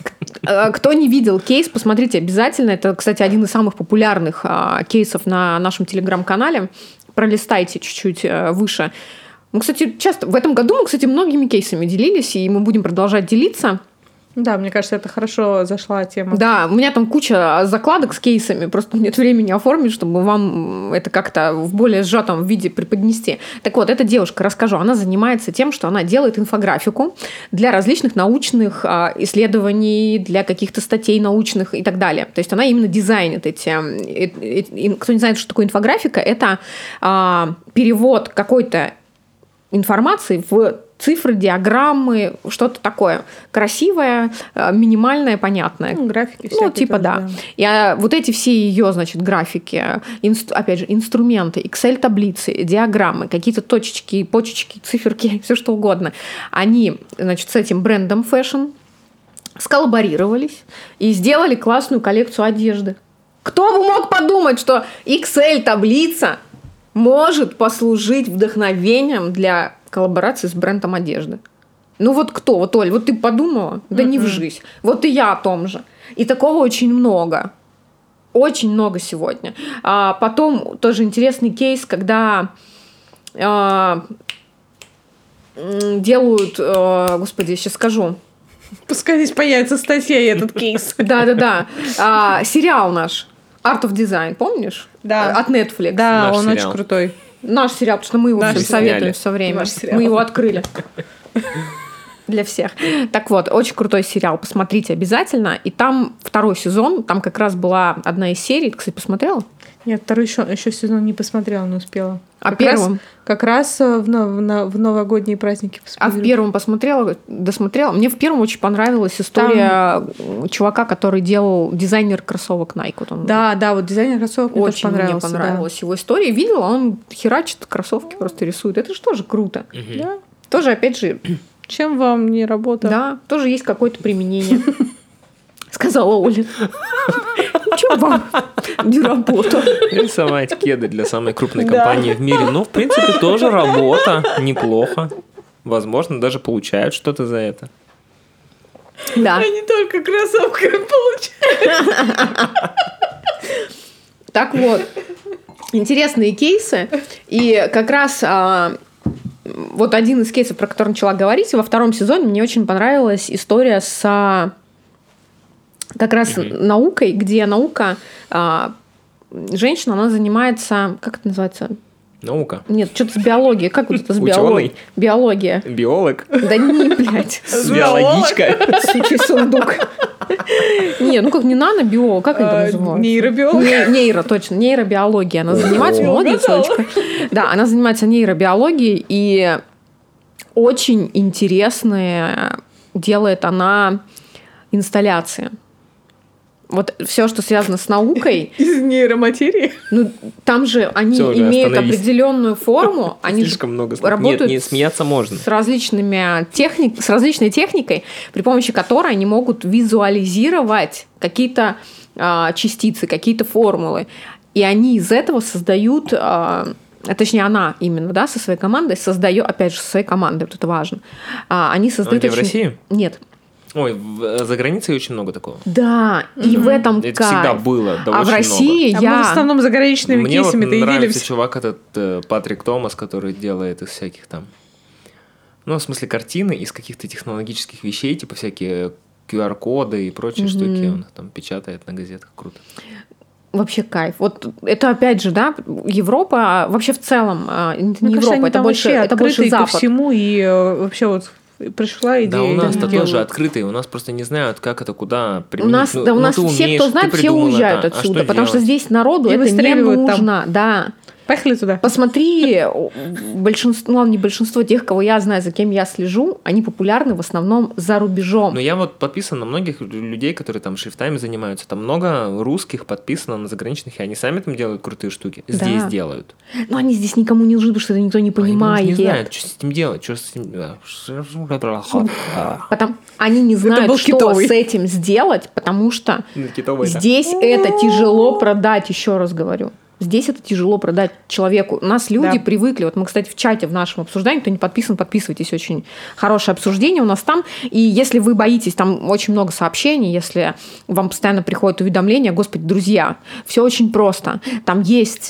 Кто не видел кейс, посмотрите обязательно. Это, кстати, один из самых популярных кейсов на нашем телеграм-канале. Пролистайте чуть-чуть выше. Мы, кстати, часто в этом году мы, кстати, многими кейсами делились, и мы будем продолжать делиться. Да, мне кажется, это хорошо зашла тема. Да, у меня там куча закладок с кейсами, просто нет времени оформить, чтобы вам это как-то в более сжатом виде преподнести. Так вот, эта девушка, расскажу, она занимается тем, что она делает инфографику для различных научных исследований, для каких-то статей научных и так далее. То есть она именно дизайнит эти... Кто не знает, что такое инфографика, это перевод какой-то информации в цифры, диаграммы, что-то такое красивое, минимальное, понятное. Графики всякие. Типа, да. И вот эти все ее, значит, графики, опять же, инструменты, Excel-таблицы, диаграммы, какие-то точечки, почечки, циферки, все что угодно, они, значит, с этим брендом фэшн сколлаборировались и сделали классную коллекцию одежды. Кто бы мог подумать, что Excel-таблица может послужить вдохновением для коллаборации с брендом одежды. Ну вот кто? Вот, Оль, вот ты подумала? Да не вжись. Вот и я о том же. И такого очень много. Очень много сегодня. А потом тоже интересный кейс, когда делают... Господи, сейчас скажу. Пускай здесь появится статья и этот кейс. Да-да-да. Сериал наш. Art of Design, помнишь? Да. От Netflix. Да, Наш он сериал. очень крутой. Наш сериал, потому что мы его всем советуем все время. Мы его открыли. Для всех. Так вот, очень крутой сериал. Посмотрите обязательно. И там второй сезон. Там как раз была одна из серий. Ты, кстати, посмотрела? Нет, второй еще сезон не посмотрела, не успела. А первым? Как раз в новогодние праздники посмотрела. А в первом досмотрела. Мне в первом очень понравилась история чувака, который делал дизайнер кроссовок Nike. Вот он вот дизайнер кроссовок мне очень тоже мне понравилась его история. Видела, он херачит кроссовки, просто рисует. Это же тоже круто. Да. Тоже, опять же... Чем вам не работа? Да, тоже есть какое-то применение. Сказала Оля. Чем вам не работа? Рисовать кеды для самой крупной компании в мире. Ну, в принципе, тоже работа. Неплохо. Возможно, даже получают что-то за это. Да. Они только кроссовками получают. Так вот, интересные кейсы. И как раз... Вот один из кейсов, про который начала говорить, во втором сезоне мне очень понравилась история с как раз наукой, где наука, женщина, она занимается, как это называется? Наука. Нет, что-то с биологией. Как вот это с биологией? Биология. Биолог? Да не, блядь. Биологичка? Сучий сундук. Не, ну как не нанобиолог, как они там называются? Нейробиолог. Нейро, точно, нейробиология. Она занимается, молодец, Олечка. Да, она занимается нейробиологией, и очень интересные делает она инсталляции. Вот все, что связано с наукой. Из нейроматерии? Ну, там же они Всё, имеют определенную форму. Они слишком много работают. Нет, не смеяться можно. С различной техникой, при помощи которой они могут визуализировать какие-то частицы, какие-то формулы. И они из этого создают... Точнее, она именно, да, со своей командой создает, опять же, со своей командой, вот это важно. Они создают в России? Нет. Ой, за границей очень много такого. Да, и в этом это кайф. всегда было, да, а очень в России много. Мы в основном заграничными Мне вот кейсами-то и нравится делимся. чувак этот Патрик Томас, который делает из всяких там... Ну, в смысле, картины из каких-то технологических вещей, типа всякие QR-коды и прочие штуки. Он их там печатает на газетах. Круто. Вообще кайф. Вот это опять же, да, Европа, вообще в целом, не Европа, это больше Запад. Ко всему, и вообще вот пришла идея. Да, у нас-то делают. тоже открытые, у нас просто не знают, как это, куда У применить. нас, у нас все, кто знает, все уезжают отсюда, потому что здесь народу И это не выстреливают там. нужно. Да. Поехали туда. Посмотри, большинство, ну ладно, не большинство тех, кого я знаю, за кем я слежу, они популярны в основном за рубежом. Но я вот подписан на многих людей, которые там шрифтами занимаются. Там много русских подписано на заграничных, и они сами там делают крутые штуки. Здесь делают. Но они здесь никому не нужны, потому что это никто не понимает. Они не знают, что с этим делать. Что с этим... Они не знают, был что китовый. с этим сделать, потому что Китовый, да. здесь это тяжело продать, еще раз говорю. Здесь это тяжело продать человеку. Нас люди привыкли. Вот мы, кстати, в чате в нашем обсуждании, кто не подписан, подписывайтесь. Очень хорошее обсуждение у нас там. И если вы боитесь, там очень много сообщений, если вам постоянно приходят уведомления, господи, друзья, все очень просто. Там есть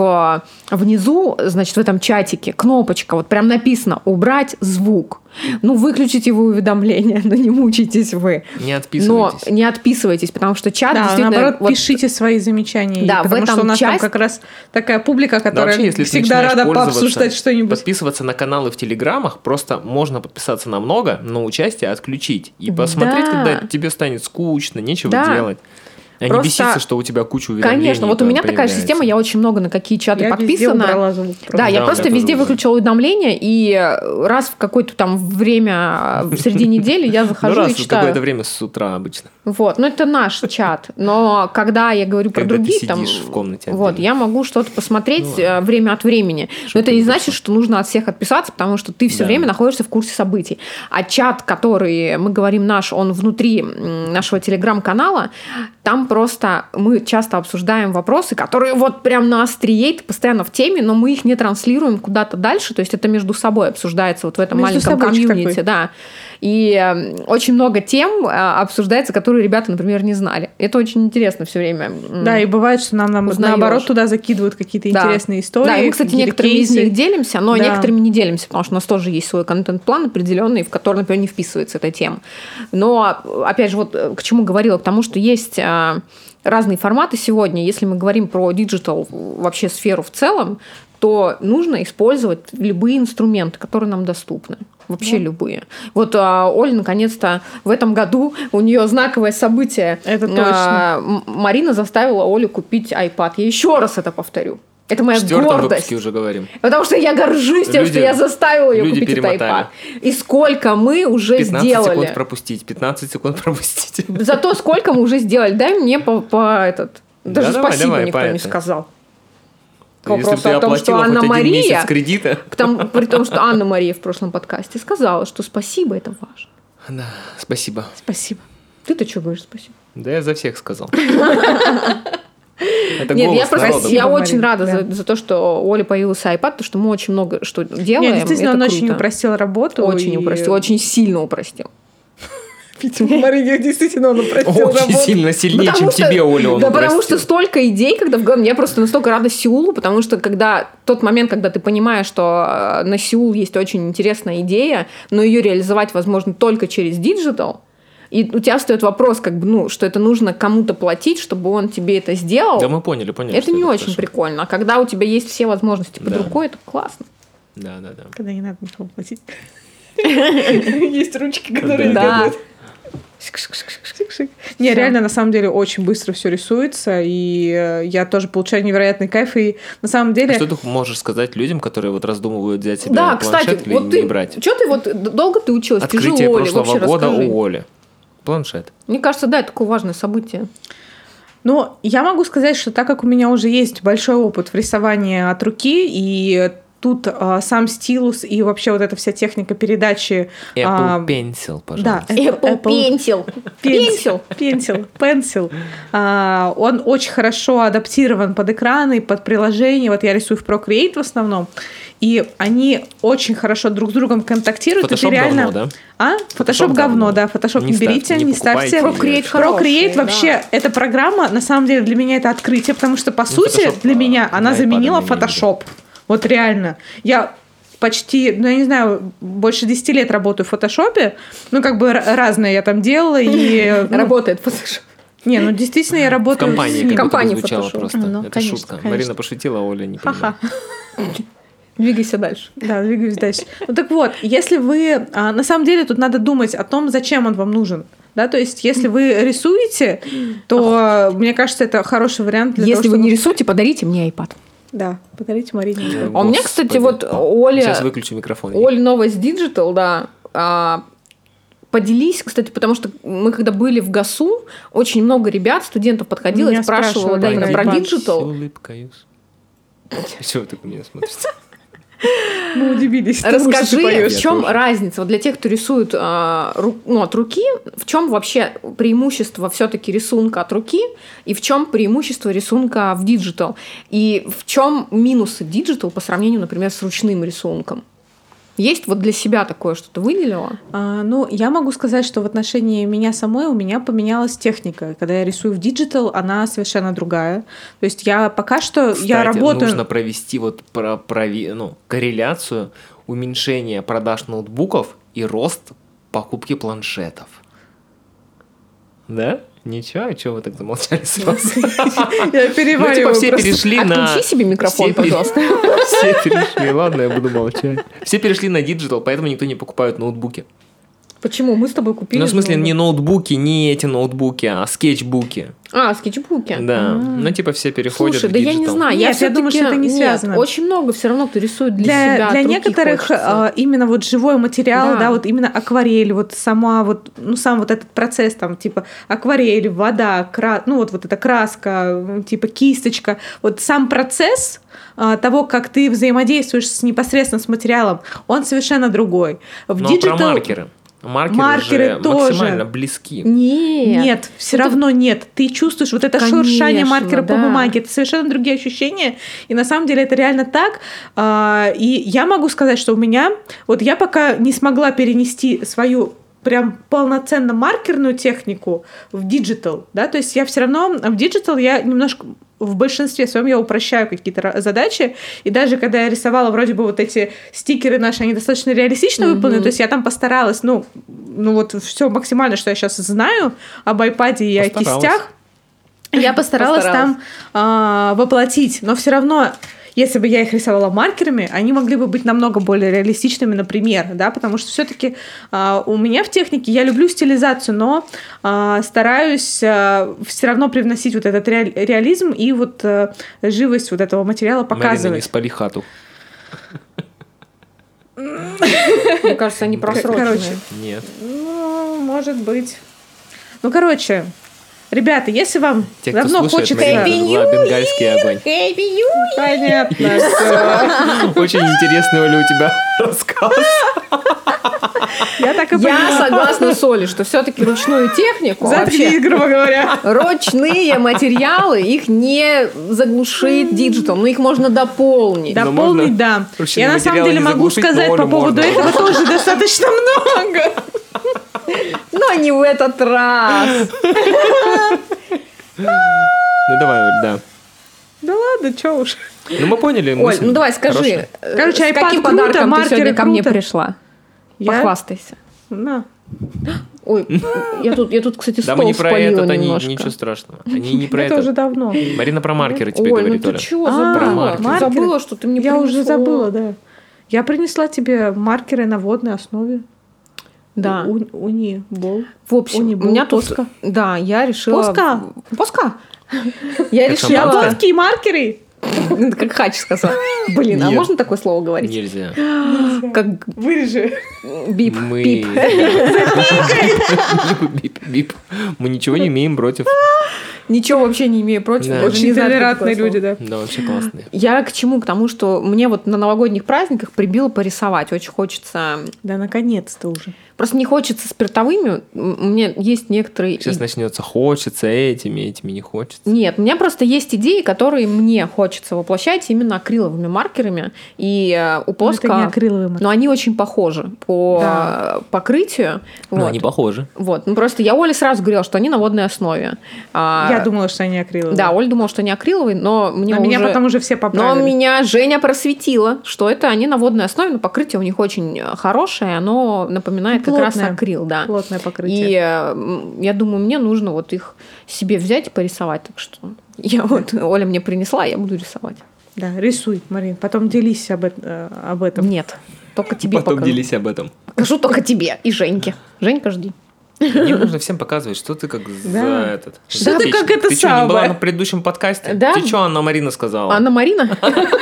внизу, значит, в этом чатике кнопочка, вот прям написано «Убрать звук». Ну, выключите вы уведомления, но не мучайтесь вы. Не отписывайтесь. Но не отписывайтесь, потому что чат действительно... наоборот, вот, пишите свои замечания. Да, потому в этом что у нас часть... там как раз такая публика, которая вообще, если всегда рада пообсуждать что-нибудь. Подписываться на каналы в Телеграмах, просто можно подписаться на много, но участие отключить. И посмотреть, когда тебе станет скучно, нечего делать. А не беситься, что у тебя куча уведомлений. Конечно, вот у меня такая же система, я очень много на какие чаты подписана. Да, я просто везде выключила уведомления, и раз в какое-то там время среди недели я захожу и читаю. Раз в какое-то время с утра обычно. Вот, ну это наш чат. Но когда я говорю про другие, ты сидишь в комнате вот, я могу что-то посмотреть время от времени. Но это не значит, что нужно от всех отписаться, потому что ты все время находишься в курсе событий. А чат, который мы говорим наш, он внутри нашего телеграм-канала, там просто мы часто обсуждаем вопросы, которые вот прям на острие, ты постоянно в теме, но мы их не транслируем куда-то дальше, то есть это между собой обсуждается вот в этом маленьком комьюнити, да. И очень много тем обсуждается, которые ребята, например, не знали. Это очень интересно все время. Да, и бывает, что нам наоборот туда закидывают какие-то интересные истории. Да, и мы, кстати, некоторыми из них делимся, но некоторыми не делимся, потому что у нас тоже есть свой контент-план определенный, в который, например, не вписывается эта тема. Но, опять же, вот к чему говорила, к тому, что есть разные форматы сегодня. Если мы говорим про диджитал, вообще сферу в целом, то нужно использовать любые инструменты, которые нам доступны. Вообще любые. Вот Оля, наконец-то, в этом году у нее знаковое событие. Это точно. Марина заставила Олю купить iPad. Я еще раз это повторю. Это моя гордость. В 4-м выпуске уже говорим. Потому что я горжусь тем, что я заставила ее купить этот iPad. И сколько мы уже 15 сделали. 15 секунд пропустить, 15 секунд пропустить. Зато сколько мы уже сделали. Дай мне даже спасибо никто не сказал. К вопросу о том, что Анна-Мария, кредита. При том, что Анна-Мария в прошлом подкасте сказала, что спасибо, это важно. Да, спасибо. Спасибо. Ты-то что говоришь спасибо? Да я за всех сказал. Нет, я очень рада за то, что у Оли появился iPad, потому что мы очень много что делаем. Нет, действительно, он очень упростил работу. Очень упростил, очень сильно упростил. Марине действительно он упростил работу. Очень сильно, сильнее, чем тебе, Оля, он упростил. Да, потому что столько идей, когда в голове... Я просто настолько рада Сеулу, потому что тот момент, когда ты понимаешь, что на Сеул есть очень интересная идея, но ее реализовать возможно только через диджитал, и у тебя встает вопрос, что это нужно кому-то платить, чтобы он тебе это сделал. Да, мы поняли. Это не очень прикольно. А когда у тебя есть все возможности под рукой, это классно. Да. Когда не надо никому платить. Есть ручки, которые делают. Не, реально, на самом деле, очень быстро все рисуется, и я тоже получаю невероятный кайф, и на самом деле... А что ты можешь сказать людям, которые вот раздумывают взять себе планшет или не брать? Что ты долго ты училась? Открытие прошлого года у Оли. Планшет. Мне кажется, да, это такое важное событие. Ну, я могу сказать, что так как у меня уже есть большой опыт в рисовании от руки, и тут сам стилус и вообще вот эта вся техника передачи... Apple Pencil, пожалуйста. Да, Apple Pencil. Он очень хорошо адаптирован под экраны, под приложения. Вот я рисую в Procreate в основном. И они очень хорошо друг с другом контактируют. Photoshop говно, да? Photoshop говно, да. Photoshop не берите, не ставьте. Procreate вообще, эта программа, на самом деле, для меня это открытие, потому что, по сути, для меня она заменила Photoshop. Вот реально. Я почти, я не знаю, больше 10 лет работаю в фотошопе. Разное я там делала. И, работает Photoshop. Не, действительно я работаю в компании. В компании звучало просто. Это конечно, шутка. Конечно. Марина пошутила, Оля не понимает. Двигайся дальше. Да, двигаюсь дальше. Так вот, если вы... На самом деле тут надо думать о том, зачем он вам нужен. Да, то есть, если вы рисуете, то, мне кажется, это хороший вариант для того, если вы не рисуете, подарите мне iPad. Да, подарите Марине. А у меня, кстати, вот Оля... Сейчас выключу микрофон. Оля новость Digital, да. Поделись, кстати, потому что мы, когда были в ГАСУ, очень много ребят, студентов подходило и спрашивало именно про Digital. Улыбкаюсь. Чего вы так на меня смотрите? Мы удивились тому, что ты Расскажи, поёшь. в чем тоже. разница? Вот для тех, кто рисует от руки, в чем вообще преимущество все-таки рисунка от руки, и в чем преимущество рисунка в диджитал? И в чем минусы диджитал по сравнению, например, с ручным рисунком? Есть вот для себя такое что-то выделила? Ну, я могу сказать, что в отношении меня самой у меня поменялась техника. Когда я рисую в диджитал, она совершенно другая. То есть я пока что Кстати, я работаю... нужно провести вот корреляцию уменьшения продаж ноутбуков и рост покупки планшетов. Да? Ничего, а чего вы так замолчали сразу? Я перевариваю все просто. перешли на... Отключи себе микрофон, все пере- пожалуйста. Все перешли, ладно, я буду молчать. Все перешли на диджитал, поэтому никто не покупает ноутбуки. Почему? Мы с тобой купили. Ну, в смысле, же не ноутбуки, не эти ноутбуки, а скетчбуки. скетчбуки. Да, ну типа все переходят Слушай, в да я не диджитал. знаю. Нет, я думаю, что это не Нет, связано. очень много все равно, кто рисует для себя. Для от руки некоторых хочется. именно вот живой материал, Да. да, вот именно акварель, вот сама вот, ну сам вот этот процесс там типа акварель, вода, ну вот эта краска, типа кисточка, вот сам процесс того, как ты взаимодействуешь непосредственно с материалом, он совершенно другой. В Ну, а про маркеры? Маркеры же тоже. максимально близки. Нет, все равно нет. Ты чувствуешь вот это шуршание Конечно, маркера по да. бумаге. Это совершенно другие ощущения. И на самом деле это реально так. И я могу сказать, что у меня... Вот я пока не смогла перенести свою прям полноценно маркерную технику в диджитал, да, то есть я все равно в диджитал я немножко в большинстве своем я упрощаю какие-то задачи, и даже когда я рисовала вроде бы вот эти стикеры наши, они достаточно реалистично выполнены, то есть я там постаралась, ну вот все максимально, что я сейчас знаю об iPad и о кистях, я постаралась там воплотить, но все равно если бы я их рисовала маркерами, они могли бы быть намного более реалистичными, например, да, потому что все-таки у меня в технике я люблю стилизацию, но стараюсь все равно привносить вот этот реализм и вот живость вот этого материала показывать. Марина, не спали хату. Мне кажется, они просроченные. Короче, Нет. ну, может быть. Ну, короче, ребята, если вам Те, кто давно слушает, хочется... Марина зажгла бенгальский огонь. Понятно. всё. Очень интересный, Оля, у тебя рассказ. Я так и Я поняла. согласна с Олей, что все-таки ручную технику, Заткнись, вообще, грубо говоря. ручные материалы, их не заглушит диджитал, но их можно дополнить. Да. Дополнить, можно да. ручные Я на самом материалы деле не могу заглушить, сказать но по Олю поводу можно. этого тоже достаточно много. Но не в этот раз. Ну давай, Оль, да. Да ладно, чё уж. Ну мы поняли. Оль, мысль. ну давай скажи, Хорошая. Короче, с iPad каким круто, подарком ты маркеры сегодня ко мне круто. пришла? Я? Похвастайся. На. Ой, я тут, кстати, Да стол мы не про спалила это, немножко. ничего страшного. Они не про Это уже это. давно. Марина про маркеры тебе Оль, говорит, ну Оля. ты чего А, забыла? маркеры. Забыла, что ты мне Я уже принесла. забыла, да. Я принесла тебе маркеры на водной основе. Да. Унибол. В общем, у Унибол, меня тут... Поска. Да, я решила... Поска? Я Как решила... шампанское? Японские маркеры. Как Хач сказал. Блин, а Нет. можно такое слово говорить? Нельзя. Как Вырежи. бип, Мы... бип. Бип, бип. Мы ничего не имеем против. Ничего вообще не имею против. Да. даже Очень не знаю, что толерантные такое люди, слово. да. Да, вообще классные. Я к чему? К тому, что мне вот на новогодних праздниках прибило порисовать. Очень хочется... Да, наконец-то уже. Просто не хочется спиртовыми. У меня есть некоторые... Сейчас начнется хочется этими не хочется. Нет, у меня просто есть идеи, которые мне хочется воплощать именно акриловыми маркерами. И у Поска... Это не акриловые маркеры. Но они очень похожи по покрытию. Но Вот. они похожи. Вот. Ну, просто я Оле сразу говорила, что они на водной основе. Я думала, что они акриловые. Да, Оля думала, что они акриловые, но мне Но уже... меня потом уже все Но поправили. меня Женя просветила, что это они на водной основе, но покрытие у них очень хорошее, оно напоминает как раз Плотное. акрил, да. Плотное покрытие. И я думаю, мне нужно вот их себе взять и порисовать. Так что Оля мне принесла, я буду рисовать. Да, рисуй, Марин. Потом делись об этом. Нет, только тебе Потом покажу. делись об этом. Покажу только тебе и Женьке. Женька, жди. Мне нужно всем показывать, что ты как за этот... Что ты как это Ты что, не была самое? на предыдущем подкасте? Да. Ты что, Анна Марина сказала? Анна Марина?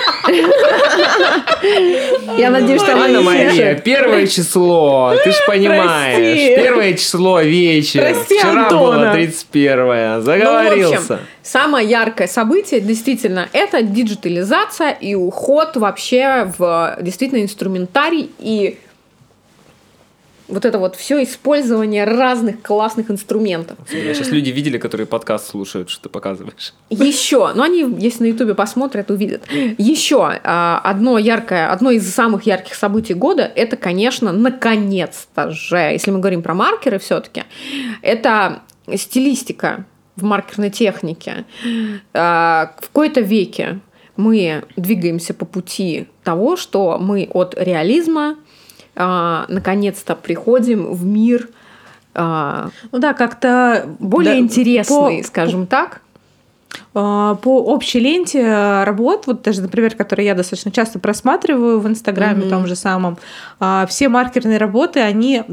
Я надеюсь, что она Анна не Мария, слушает. 1 число, ты ж понимаешь. Прости. 1 число вечер. Прости, Вчера Антона. было 31-е. Ну, в Заговорился. общем, самое яркое событие, действительно, это диджитализация и уход вообще в действительно инструментарий и вот это вот все использование разных классных инструментов. Сейчас люди видели, которые подкаст слушают, что ты показываешь. Еще, ну они, если на Ютубе посмотрят, увидят. Еще одно из самых ярких событий года, это, конечно, наконец-то же, если мы говорим про маркеры все-таки, это стилистика в маркерной технике. В какой-то веке мы двигаемся по пути того, что мы от реализма наконец-то приходим в мир Ну да, как-то более интересный, скажем так. По общей ленте работ, вот даже, например, которые я достаточно часто просматриваю в Инстаграме, том же самом, все маркерные работы, они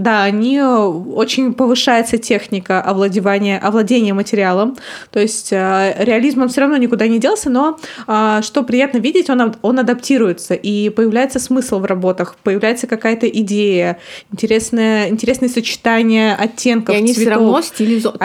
очень повышается техника овладения материалом, то есть реализм он все равно никуда не делся, но что приятно видеть, он адаптируется, и появляется смысл в работах, появляется какая-то идея, интересные сочетания оттенков, и они цветов. все равно стилизованы.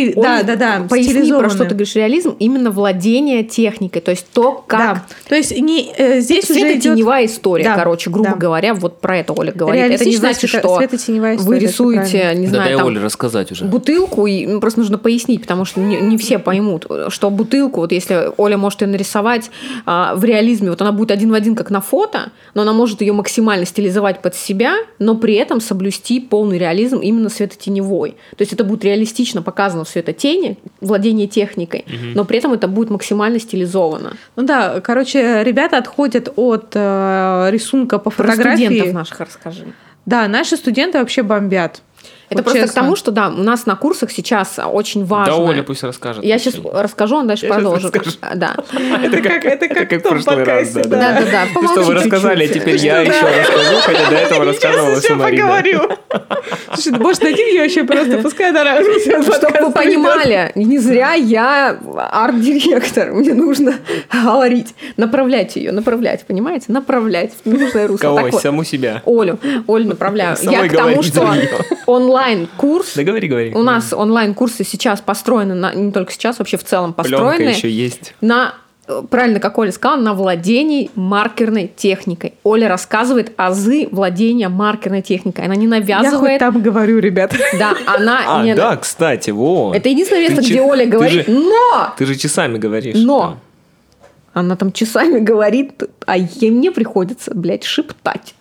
Да, Поясни, про стилизованные. что ты говоришь, реализм, именно владение техникой, то есть то, как... Да, то есть здесь уже идет... Светотеневая история, Да, короче, грубо да. говоря, вот про это Оля говорит. Это не значит, что светотеневая вы история, рисуете, всё правильно. не Да знаю, дай там, Оле рассказать уже. бутылку, и просто нужно пояснить, потому что не все поймут, что бутылку, вот если Оля может ее нарисовать в реализме, вот она будет один в один, как на фото, но она может ее максимально стилизовать под себя, но при этом соблюсти полный реализм именно светотеневой. То есть это будет реалистично показано в светотени, владение техникой, но при этом это будет максимально стилизовано. Ну да, короче, ребята отходят от рисунка по Про фотографии. студентов наших расскажи. Да, наши студенты вообще бомбят. Это Вот просто честно. к тому, что да, у нас на курсах сейчас очень важно. Да Оля пусть расскажет. Я сейчас расскажу, он дальше Я щас продолжит. расскажу. Да. Это как в прошлый раз, да. Да. Ну что, вы рассказали, а теперь я еще расскажу, хотя до этого рассказывала Сейчас Марина. поговорю. Слушай, может, найти ее вообще просто, пускай она раз. Чтобы вы понимали, не зря я арт-директор. Мне нужно говорить, направлять, понимаете? Направлять в нужное русло. Кого? Так вот, Саму себя. Олю направляю. Самой Я к тому, говорить что за неё. онлайн-курс, Да говори. у нас онлайн-курсы сейчас построены, не только сейчас, вообще в целом Пленка построены еще есть. на, правильно, как Оля сказала, на владении маркерной техникой. Оля рассказывает азы владения маркерной техникой. Она не Я хоть навязывает. там говорю, ребят. Да, она не... Да, кстати, вот. Это единственное место, Ты где че- Оля ты говорит, же- но! Ты же часами говоришь. Но! Она там часами говорит, а мне приходится, блядь, шептать.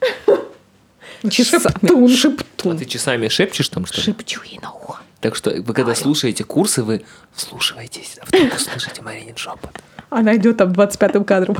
Часами. Шептун. А ты часами шепчешь там, что ли? Шепчу ей на ухо. Так что вы когда слушаете курсы, вы вслушиваетесь, а вдруг услышите Маринин шепот. Она идет там 25-м кадром.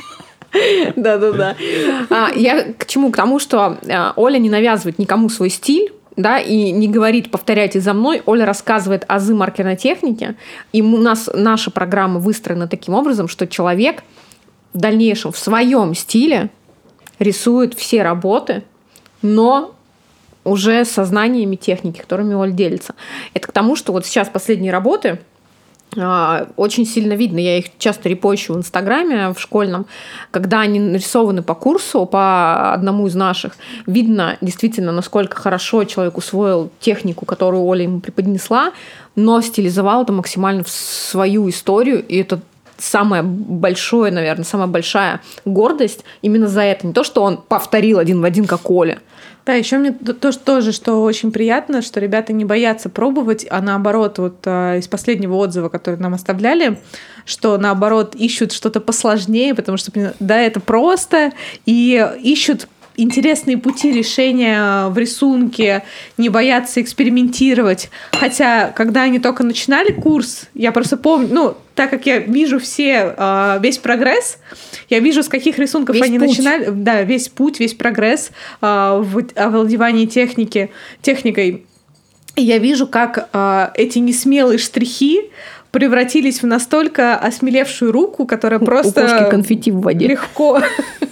Да. Я к чему? К тому, что Оля не навязывает никому свой стиль, да, и не говорит «повторяйте за мной». Оля рассказывает азы маркерной техники, и наша программа выстроена таким образом, что человек в дальнейшем в своем стиле рисует все работы, но уже со знаниями техники, которыми Оля делится. Это к тому, что вот сейчас последние работы очень сильно видно, я их часто репощу в Инстаграме, в школьном, когда они нарисованы по курсу, по одному из наших, видно действительно, насколько хорошо человек усвоил технику, которую Оля ему преподнесла, но стилизовал это максимально в свою историю, и это самое большое, наверное, самая большая гордость именно за это. Не то, что он повторил один в один, как Оля. Да, еще мне тоже, что очень приятно, что ребята не боятся пробовать, а наоборот, вот из последнего отзыва, который нам оставляли, что наоборот ищут что-то посложнее, потому что, да, это просто, и ищут интересные пути решения в рисунке, не боятся экспериментировать. Хотя, когда они только начинали курс, я просто помню, так как я вижу весь прогресс, я вижу, с каких рисунков весь они путь. начинали. Да, весь путь, весь прогресс в овладевании техникой. И я вижу, как эти несмелые штрихи превратились в настолько осмелевшую руку, которая просто У кошки конфетти в воде. легко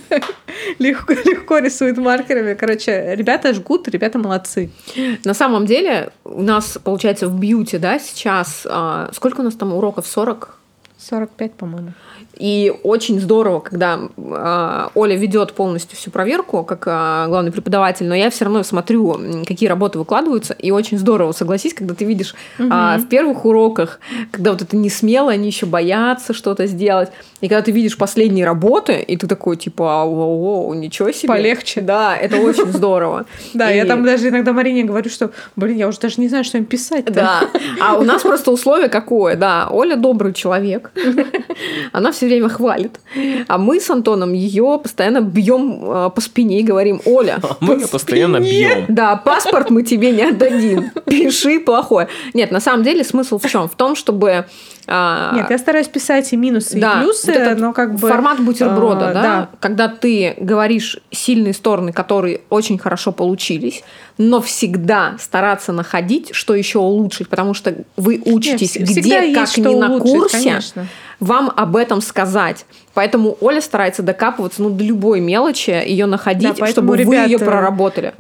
Легко рисует маркерами. Короче, ребята жгут, ребята молодцы. На самом деле, у нас, получается, в бьюти, да, сейчас... Сколько у нас там уроков? 40? 45, по-моему. И очень здорово, когда Оля ведет полностью всю проверку, как главный преподаватель, но я все равно смотрю, какие работы выкладываются, и очень здорово, согласись, когда ты видишь в первых уроках, когда вот это не смело, они еще боятся что-то сделать, и когда ты видишь последние работы, и ты такой, типа, о, ничего себе. Полегче. Да, это очень здорово. Да, я там даже иногда Марине говорю, что, я уже даже не знаю, что им писать. Да, а у нас просто условие какое, да, Оля добрый человек, она все время хвалит. А мы с Антоном ее постоянно бьем по спине и говорим: Оля, мы ее постоянно бьем. Да, паспорт мы тебе не отдадим. Пиши плохое. Нет, на самом деле смысл в чем? В том, чтобы... Нет, я стараюсь писать и минусы, и плюсы, вот но как бы... Формат бутерброда, да, когда ты говоришь сильные стороны, которые очень хорошо получились, но всегда стараться находить, что еще улучшить, потому что вы учитесь где, как ни на курсе, конечно. Вам об этом сказать. Поэтому Оля старается докапываться до любой мелочи, ее находить, да, чтобы вы ее проработали.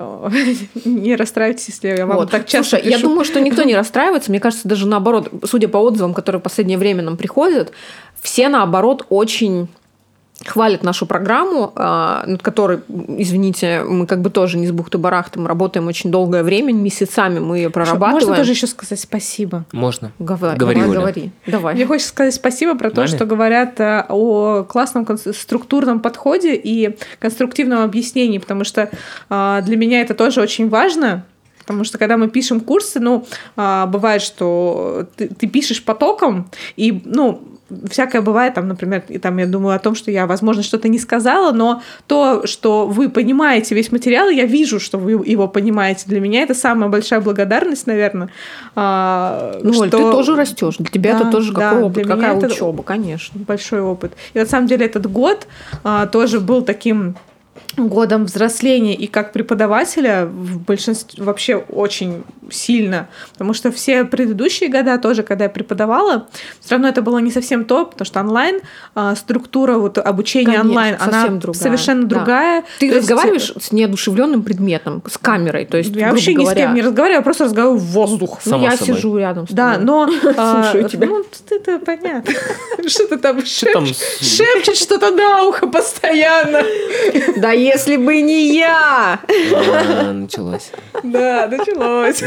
Не расстраивайтесь, если я вам так часто Слушай, я думаю, что никто не расстраивается. Мне кажется, даже наоборот, судя по отзывам, которые в последнее время нам приходят, все наоборот очень хвалят нашу программу, над которой, извините, мы как бы тоже не с бухты-барахты, мы работаем очень долгое время, месяцами мы ее прорабатываем. Можно тоже еще сказать спасибо? Можно. Говори. Давай. Мне хочется сказать спасибо про то, что говорят о классном структурном подходе и конструктивном объяснении, потому что для меня это тоже очень важно. Потому что когда мы пишем курсы, бывает, что ты пишешь потоком, и, всякое бывает, например, я думаю о том, что я, возможно, что-то не сказала, но то, что вы понимаете весь материал, я вижу, что вы его понимаете. Для меня это самая большая благодарность, наверное. Оль, ты тоже растешь. Для тебя это тоже какой опыт, какая учеба, конечно. Большой опыт. И на самом деле этот год тоже был таким годом взросления и как преподавателя в большинстве вообще очень сильно, потому что все предыдущие года тоже, когда я преподавала, все равно это было не совсем то, потому что онлайн, структура обучения, конечно, онлайн, она другая. Совершенно другая. Ты разговариваешь с неодушевленным предметом, с камерой, то есть, я вообще ни с кем не разговариваю, я просто разговариваю в воздух. Я сижу рядом с тобой. Да, но... Слушаю тебя. Это понятно. Что ты там шепчешь что-то на ухо постоянно. Да если бы не я! Началось. Да, началось.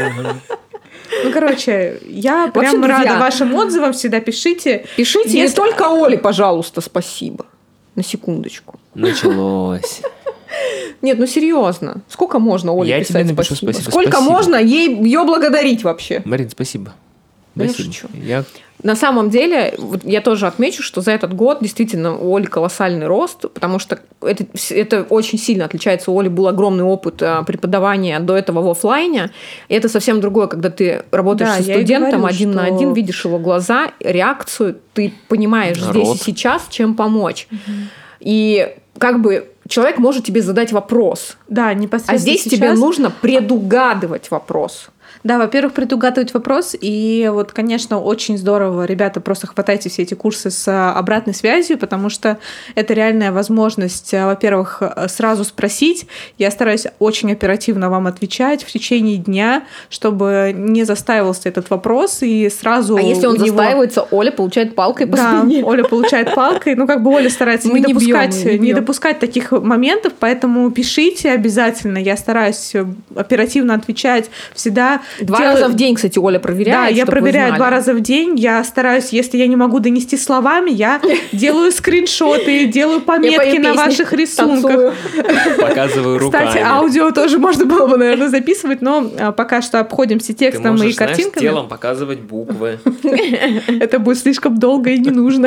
Короче, я прям рада вашим отзывам. Всегда пишите. Пишите не только Оле, пожалуйста, спасибо. На секундочку. Началось. Нет, серьезно. Сколько можно Оле писать тебе напишу спасибо? Сколько можно ее благодарить вообще? Марин, спасибо. Спасибо. На самом деле, я тоже отмечу, что за этот год действительно у Оли колоссальный рост, потому что это очень сильно отличается. У Оли был огромный опыт преподавания до этого в офлайне. И это совсем другое, когда ты работаешь со студентом один на один, видишь его глаза, реакцию, ты понимаешь здесь и сейчас, чем помочь. И как бы человек может тебе задать вопрос. Да, непосредственно. А здесь тебе нужно предугадывать вопрос. Да, во-первых, предугадывать вопрос, и конечно, очень здорово, ребята, просто хватайте все эти курсы с обратной связью, потому что это реальная возможность, во-первых, сразу спросить. Я стараюсь очень оперативно вам отвечать в течение дня, чтобы не застаивался этот вопрос, и сразу... А если он застаивается, Оля получает палкой по спине. Да, Оля получает палкой, Оля старается не допускать таких моментов, поэтому пишите обязательно, я стараюсь оперативно отвечать всегда. 2 раза в день, кстати, Оля проверяет. Да, я проверяю 2 раза в день. Я стараюсь, если я не могу донести словами, я делаю скриншоты, делаю пометки на ваших рисунках. Показываю руками. Кстати, аудио тоже можно было бы, наверное, записывать, но пока что обходимся текстом и картинками. Ты можешь, телом показывать буквы. Это будет слишком долго и не нужно.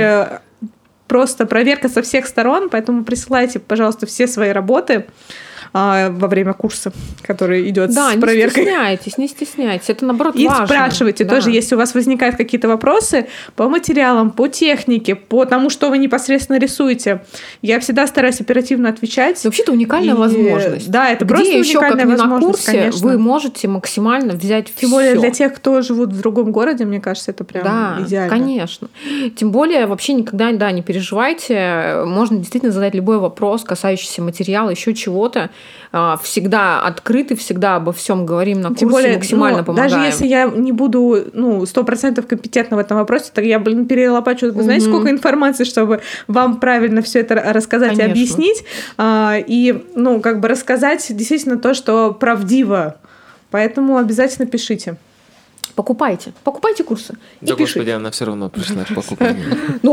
Просто проверка со всех сторон, поэтому присылайте, пожалуйста, все свои работы. во время курса, который идет с проверкой. Не стесняйтесь. Это, наоборот, и важно. Спрашивайте тоже, если у вас возникают какие-то вопросы по материалам, по технике, по тому, что вы непосредственно рисуете. Я всегда стараюсь оперативно отвечать. Вообще-то уникальная возможность. Да, это просто уникальная возможность, на курсе конечно. Вы можете максимально взять все. Тем более для тех, кто живут в другом городе, мне кажется, это прям идеально. Да, конечно. Тем более вообще никогда не переживайте. Можно действительно задать любой вопрос, касающийся материала, еще чего-то. Всегда открыты, всегда обо всем говорим на курсе, тем более, максимально помогаем. Даже если я не буду 100% компетентна в этом вопросе, то я, перелопачу. Вы знаете, сколько информации, чтобы вам правильно все это рассказать и объяснить. И, рассказать действительно то, что правдиво. Поэтому обязательно пишите. Покупайте курсы. Да, господи, она все равно пришла к покупке.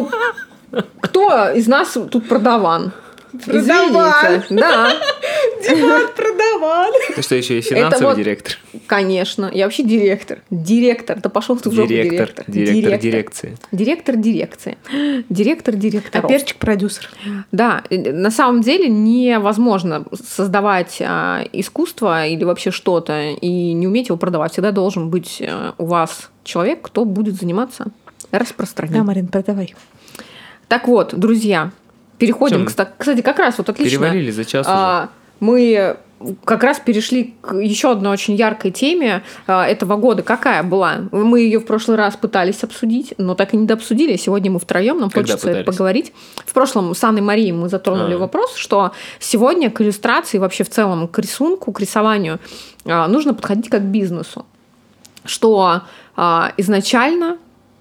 Кто из нас тут продаван? Продаван. Да. Диман продаван. Ты что, еще и финансовый директор? Конечно. Я вообще директор. Да пошел ты в жопу, директор. Директор дирекции. Директор дирекции. Директор директоров. А перчик-продюсер. Да. На самом деле невозможно создавать искусство или вообще что-то и не уметь его продавать. Всегда должен быть у вас человек, кто будет заниматься распространением. Да, Марин, продавай. Так вот, друзья, переходим, кстати, как раз вот отлично. Перевалили за час уже. Мы как раз перешли к еще одной очень яркой теме этого года. Какая была? Мы ее в прошлый раз пытались обсудить, но так и не дообсудили. Сегодня мы втроем, нам хочется поговорить. В прошлом с Анной Марией мы затронули вопрос, что сегодня к иллюстрации, вообще в целом к рисунку, к рисованию нужно подходить как к бизнесу. Что изначально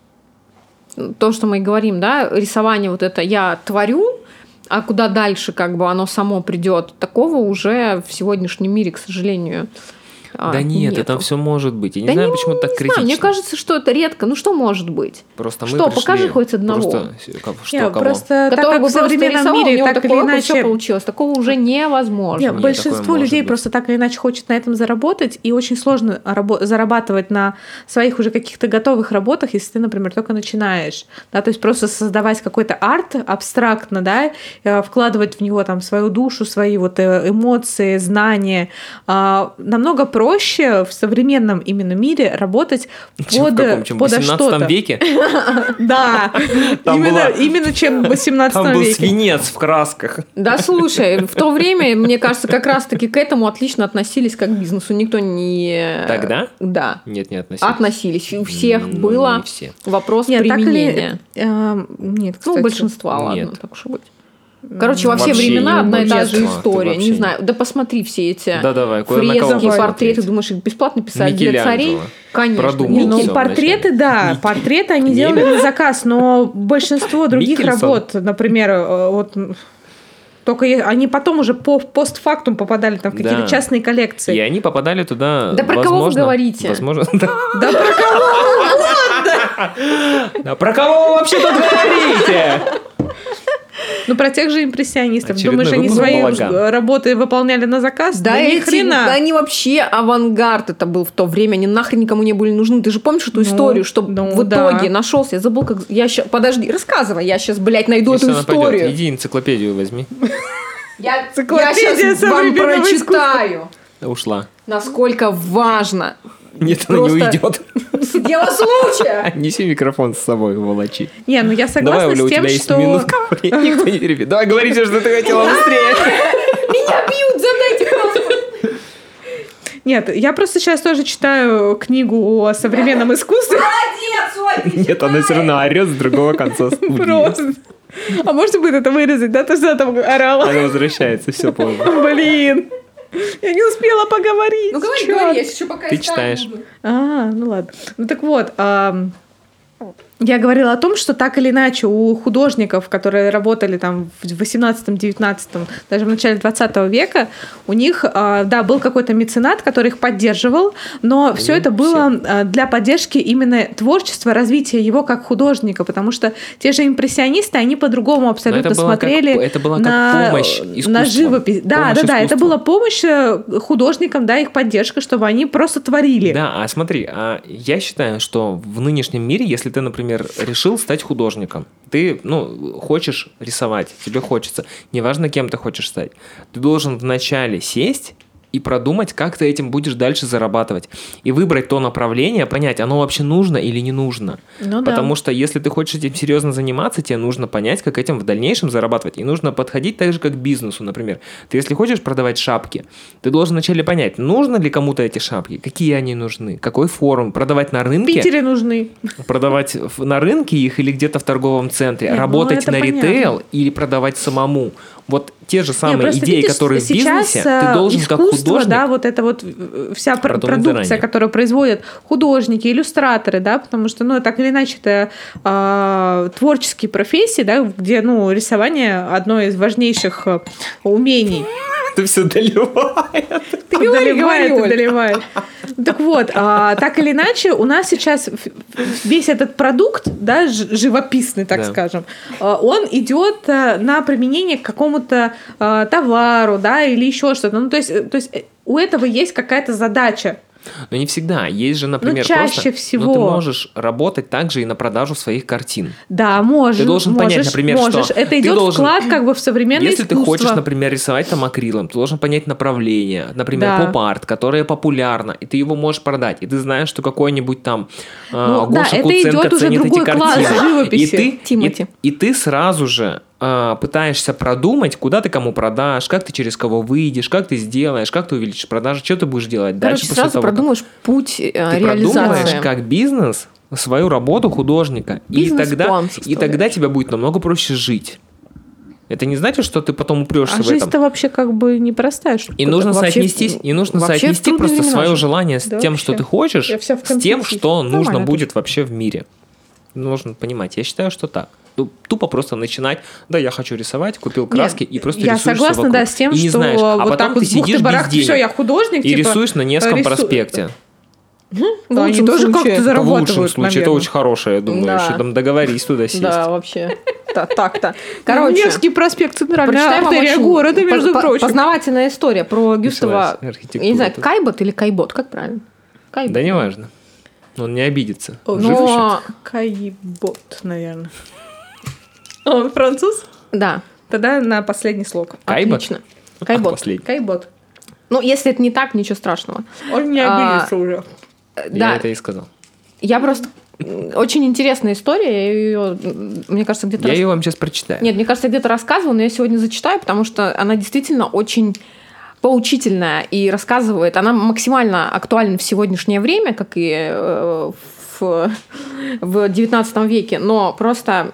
то, что мы говорим, да, рисование вот это я творю, а куда дальше оно само придет, такого уже в сегодняшнем мире, к сожалению, да нет, нету. Это все может быть. Я не знаю, почему так критично. Мне кажется, что это редко. Что может быть? Просто мы что? Пришли. Покажи хоть одного. Просто так как в современном мире так или иначе все получилось. Такого уже невозможно. Большинство людей просто так или иначе хочет на этом заработать, и очень сложно зарабатывать на своих уже каких-то готовых работах, если ты, например, только начинаешь. Да, то есть просто создавать какой-то арт абстрактно, да, вкладывать в него там свою душу, свои эмоции, знания. Намного проще в современном именно мире работать под что-то. В 18 веке? Да, именно чем в 18 веке. Там был свинец в красках. Да, слушай, в то время, мне кажется, как раз-таки к этому отлично относились как к бизнесу. Никто не... Тогда? Да. Нет, не относились. Относились. У всех было вопрос применения. Нет, кстати. Большинства, ладно, так уж и быть. Короче, во все времена одна и та же история. Не знаю. Да посмотри все эти фрезки, портреты. Думаешь, их бесплатно писали для царей? Конечно. Портреты, да. Портреты они делали на заказ, но большинство других работ, например, только они потом уже постфактум попадали там в какие-то частные коллекции. И они попадали туда, да про кого вы говорите? Возможно, да про кого? Да про кого вы вообще тут говорите? Про тех же импрессионистов. Думаешь, они свои работы выполняли на заказ? Да ни хрена. Они вообще авангард это был в то время. Они нахрен никому не были нужны. Ты же помнишь эту историю, что в итоге нашелся? Я забыл, как... Подожди, рассказывай. Я сейчас, найду эту историю. Иди энциклопедию возьми. Я сейчас вам прочитаю. Ушла. Насколько важно. Нет, она не уйдет. Дело случая. Неси микрофон с собой, волочи. Не, я согласна с тем, что... Никто не перебит. Давай говори все, что ты хотела быстрее. Меня бьют, задайте вопрос. Нет, я просто сейчас тоже читаю книгу о современном искусстве. Молодец, Оль, нет, она все равно орет с другого конца студии. Просто. А можно будет это вырезать, да? Ты что там орала? Она возвращается, все поздно. Блин. Я не успела поговорить. Говори, я еще пока ты читаешь. Ну ладно. Так вот, я говорила о том, что так или иначе у художников, которые работали там в 18-19, даже в начале 20 века, у них, был какой-то меценат, который их поддерживал, но все это было для поддержки именно творчества, развития его как художника, потому что те же импрессионисты, они по-другому абсолютно смотрели это была как помощь искусству. На живопись. Да, это была помощь художникам, их поддержка, чтобы они просто творили. Да, смотри, я считаю, что в нынешнем мире, если ты, например, например, решил стать художником. Ты, хочешь рисовать, тебе хочется. Неважно, кем ты хочешь стать. Ты должен вначале сесть и продумать, как ты этим будешь дальше зарабатывать. И выбрать то направление, понять, оно вообще нужно или не нужно. Потому что если ты хочешь этим серьезно заниматься, тебе нужно понять, как этим в дальнейшем зарабатывать. И нужно подходить так же, как к бизнесу, например. Ты если хочешь продавать шапки, ты должен вначале понять, нужно ли кому-то эти шапки, какие они нужны, какой форм, продавать на рынке. В Питере нужны. Продавать на рынке их или где-то в торговом центре, работать на ритейл или продавать самому. Вот те же самые идеи, которые в бизнесе, ты должен как художник... Да, вот это вот вся продукция, заранее, которую производят художники, иллюстраторы, да, потому что, так или иначе, это творческие профессии, да, где, рисование одно из важнейших умений. Ты все доливает. Ты доливает. Так вот, так или иначе, у нас сейчас весь этот продукт, да, живописный, так скажем, он идет на применение к какому-то товару, да, или еще что-то. То есть у этого есть какая-то задача. Но не всегда. Есть же, например, чаще всего. Но ты можешь работать также и на продажу своих картин. Да, можешь. Ты должен понять, например, что... Это идет вклад как бы в современное искусство. Если ты хочешь, например, рисовать там акрилом, ты должен понять направление. Например, поп-арт, которое популярно, и ты его можешь продать. И ты знаешь, что какой-нибудь там Гоша Куценко ценит эти картины. И ты сразу же пытаешься продумать, куда ты кому продашь, как ты через кого выйдешь, как ты сделаешь, как ты увеличишь продажи, что ты будешь делать дальше. Короче, сразу продумаешь путь реализации. Ты продумаешь как бизнес свою работу художника, и тогда тебе будет намного проще жить. Это не значит, что ты потом упрешься в этом. Жизнь-то вообще как бы непростая штука. И нужно соотнести просто свое желание с тем, что ты хочешь, с тем, что нужно будет вообще в мире. Нужно понимать. Я считаю, что так. Тупо просто начинать, да, я хочу рисовать, купил краски и просто рисуешь вокруг. Я согласна, да, с тем, что знаешь, вот так вот бухты-барахты, все, я художник. И рисуешь на Невском проспекте. Да, они тоже как-то зарабатывают, в лучшем случае, это очень хорошее, я думаю, еще там договорись туда сесть. Да, вообще, так-то. Короче, Невский проспект, центральная артерия города, между прочим. Познавательная история про Гюстава, я не знаю, Кайбот или Кайбот, как правильно? Да неважно, он не обидится. Но Кайбот, наверное. Он француз? Да. Тогда на последний слог. Кайбот? Отлично. Кайбот. Кайбот. Если это не так, ничего страшного. Он не обидится уже. Я это и сказал. Я просто... Очень интересная история. Я ее, мне кажется, где-то... Я ее вам сейчас прочитаю. Нет, мне кажется, где-то рассказывала, но я сегодня зачитаю, потому что она действительно очень поучительная и рассказывает. Она максимально актуальна в сегодняшнее время, как и в 19 веке, но просто...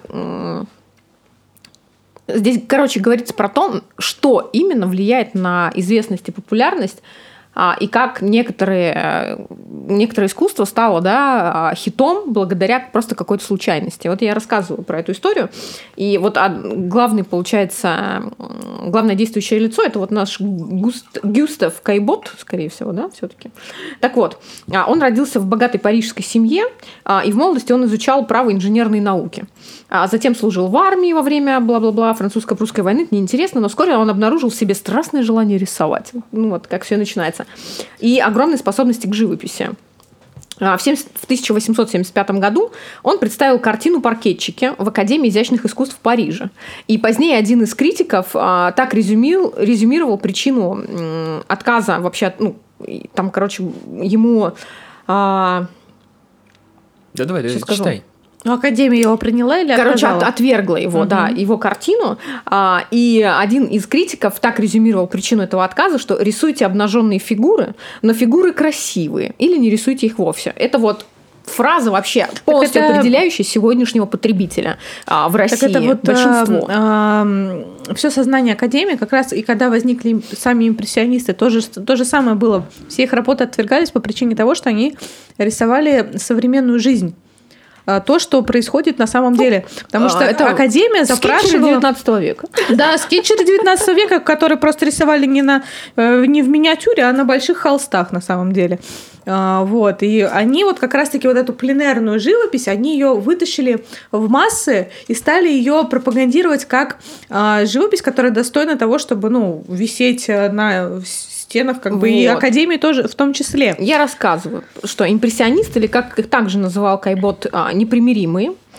Здесь, говорится про то, что именно влияет на известность и популярность, и как некоторое искусство стало, хитом благодаря просто какой-то случайности. Вот я рассказываю про эту историю. И вот главное действующее лицо – это вот наш Гюстав Кайбот, скорее всего, да, все-таки. Так вот, он родился в богатой парижской семье, и в молодости он изучал право и инженерные науки. Затем служил в армии во время бла-бла-бла французско-прусской войны. Это неинтересно, но вскоре он обнаружил в себе страстное желание рисовать. Вот как все начинается. И огромные способности к живописи. В 1875 году он представил картину «Паркетчики» в Академии изящных искусств в Париже. И позднее один из критиков так резюмировал причину отказа вообще, там, ему... Да давай, читай. Академия его приняла или отказала? Отвергла его, его картину. И один из критиков так резюмировал причину этого отказа, что рисуйте обнаженные фигуры, но фигуры красивые, или не рисуйте их вовсе. Это вот фраза вообще полностью определяющая сегодняшнего потребителя в России. Так это вот большинство. Все сознание Академии, как раз и когда возникли сами импрессионисты, то же самое было. Все их работы отвергались по причине того, что они рисовали современную жизнь. То, что происходит на самом деле. Потому что это Академия запрашивала... Скетчеры 19 века. Да, скетчеры 19 века, которые просто рисовали не в миниатюре, а на больших холстах на самом деле. Вот. И они вот как раз-таки вот эту пленерную живопись, они ее вытащили в массы и стали ее пропагандировать как живопись, которая достойна того, чтобы висеть на стенах, и Академии тоже в том числе. Я рассказываю, что импрессионисты, или как их также называл Кайбот, непримиримые,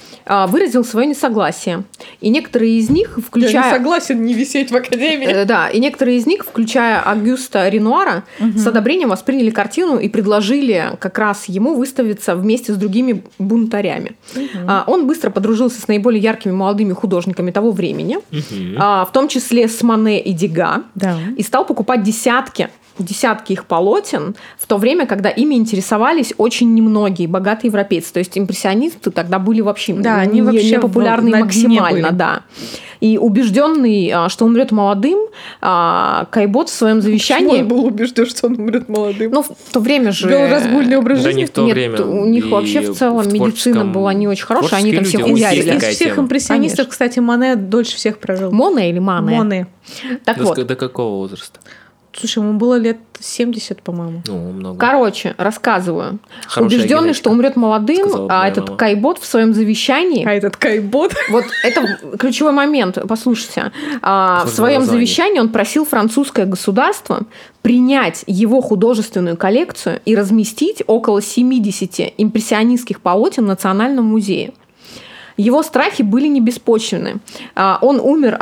выразил свое несогласие. И некоторые из них, включая... Я не согласен не висеть в академии. Да, и некоторые из них, включая Агюста Ренуара, с одобрением восприняли картину и предложили как раз ему выставиться вместе с другими бунтарями. Он быстро подружился с наиболее яркими молодыми художниками того времени, в том числе с Моне и Дега, и стал покупать десятки их полотен в то время, когда ими интересовались очень немногие богатые европейцы. То есть импрессионисты тогда были вообще, они вообще популярны максимально. Да. И убежденный, что умрет молодым, Кайбот в своем завещании... Почему он был убежден, что он умрет молодым? Ну, в то время же... Вел разгульный образ жизни? Да, не в то время. У них вообще в целом медицина была не очень хорошая, они там всех уярили. Из всех импрессионистов, кстати, Моне дольше всех прожил. Моне или Мане? Моне. Так вот. До какого возраста? Слушай, ему было лет 70, по-моему. Ну, много. Короче, рассказываю. Хорошая Убежденный, генетика, что умрет молодым, этот мама. Кайбот в своем завещании... А этот Кайбот? Вот это ключевой момент, послушайте. В своем завещании он просил французское государство принять его художественную коллекцию и разместить около 70 импрессионистских полотен в Национальном музее. Его страхи были не беспочвенны. Он умер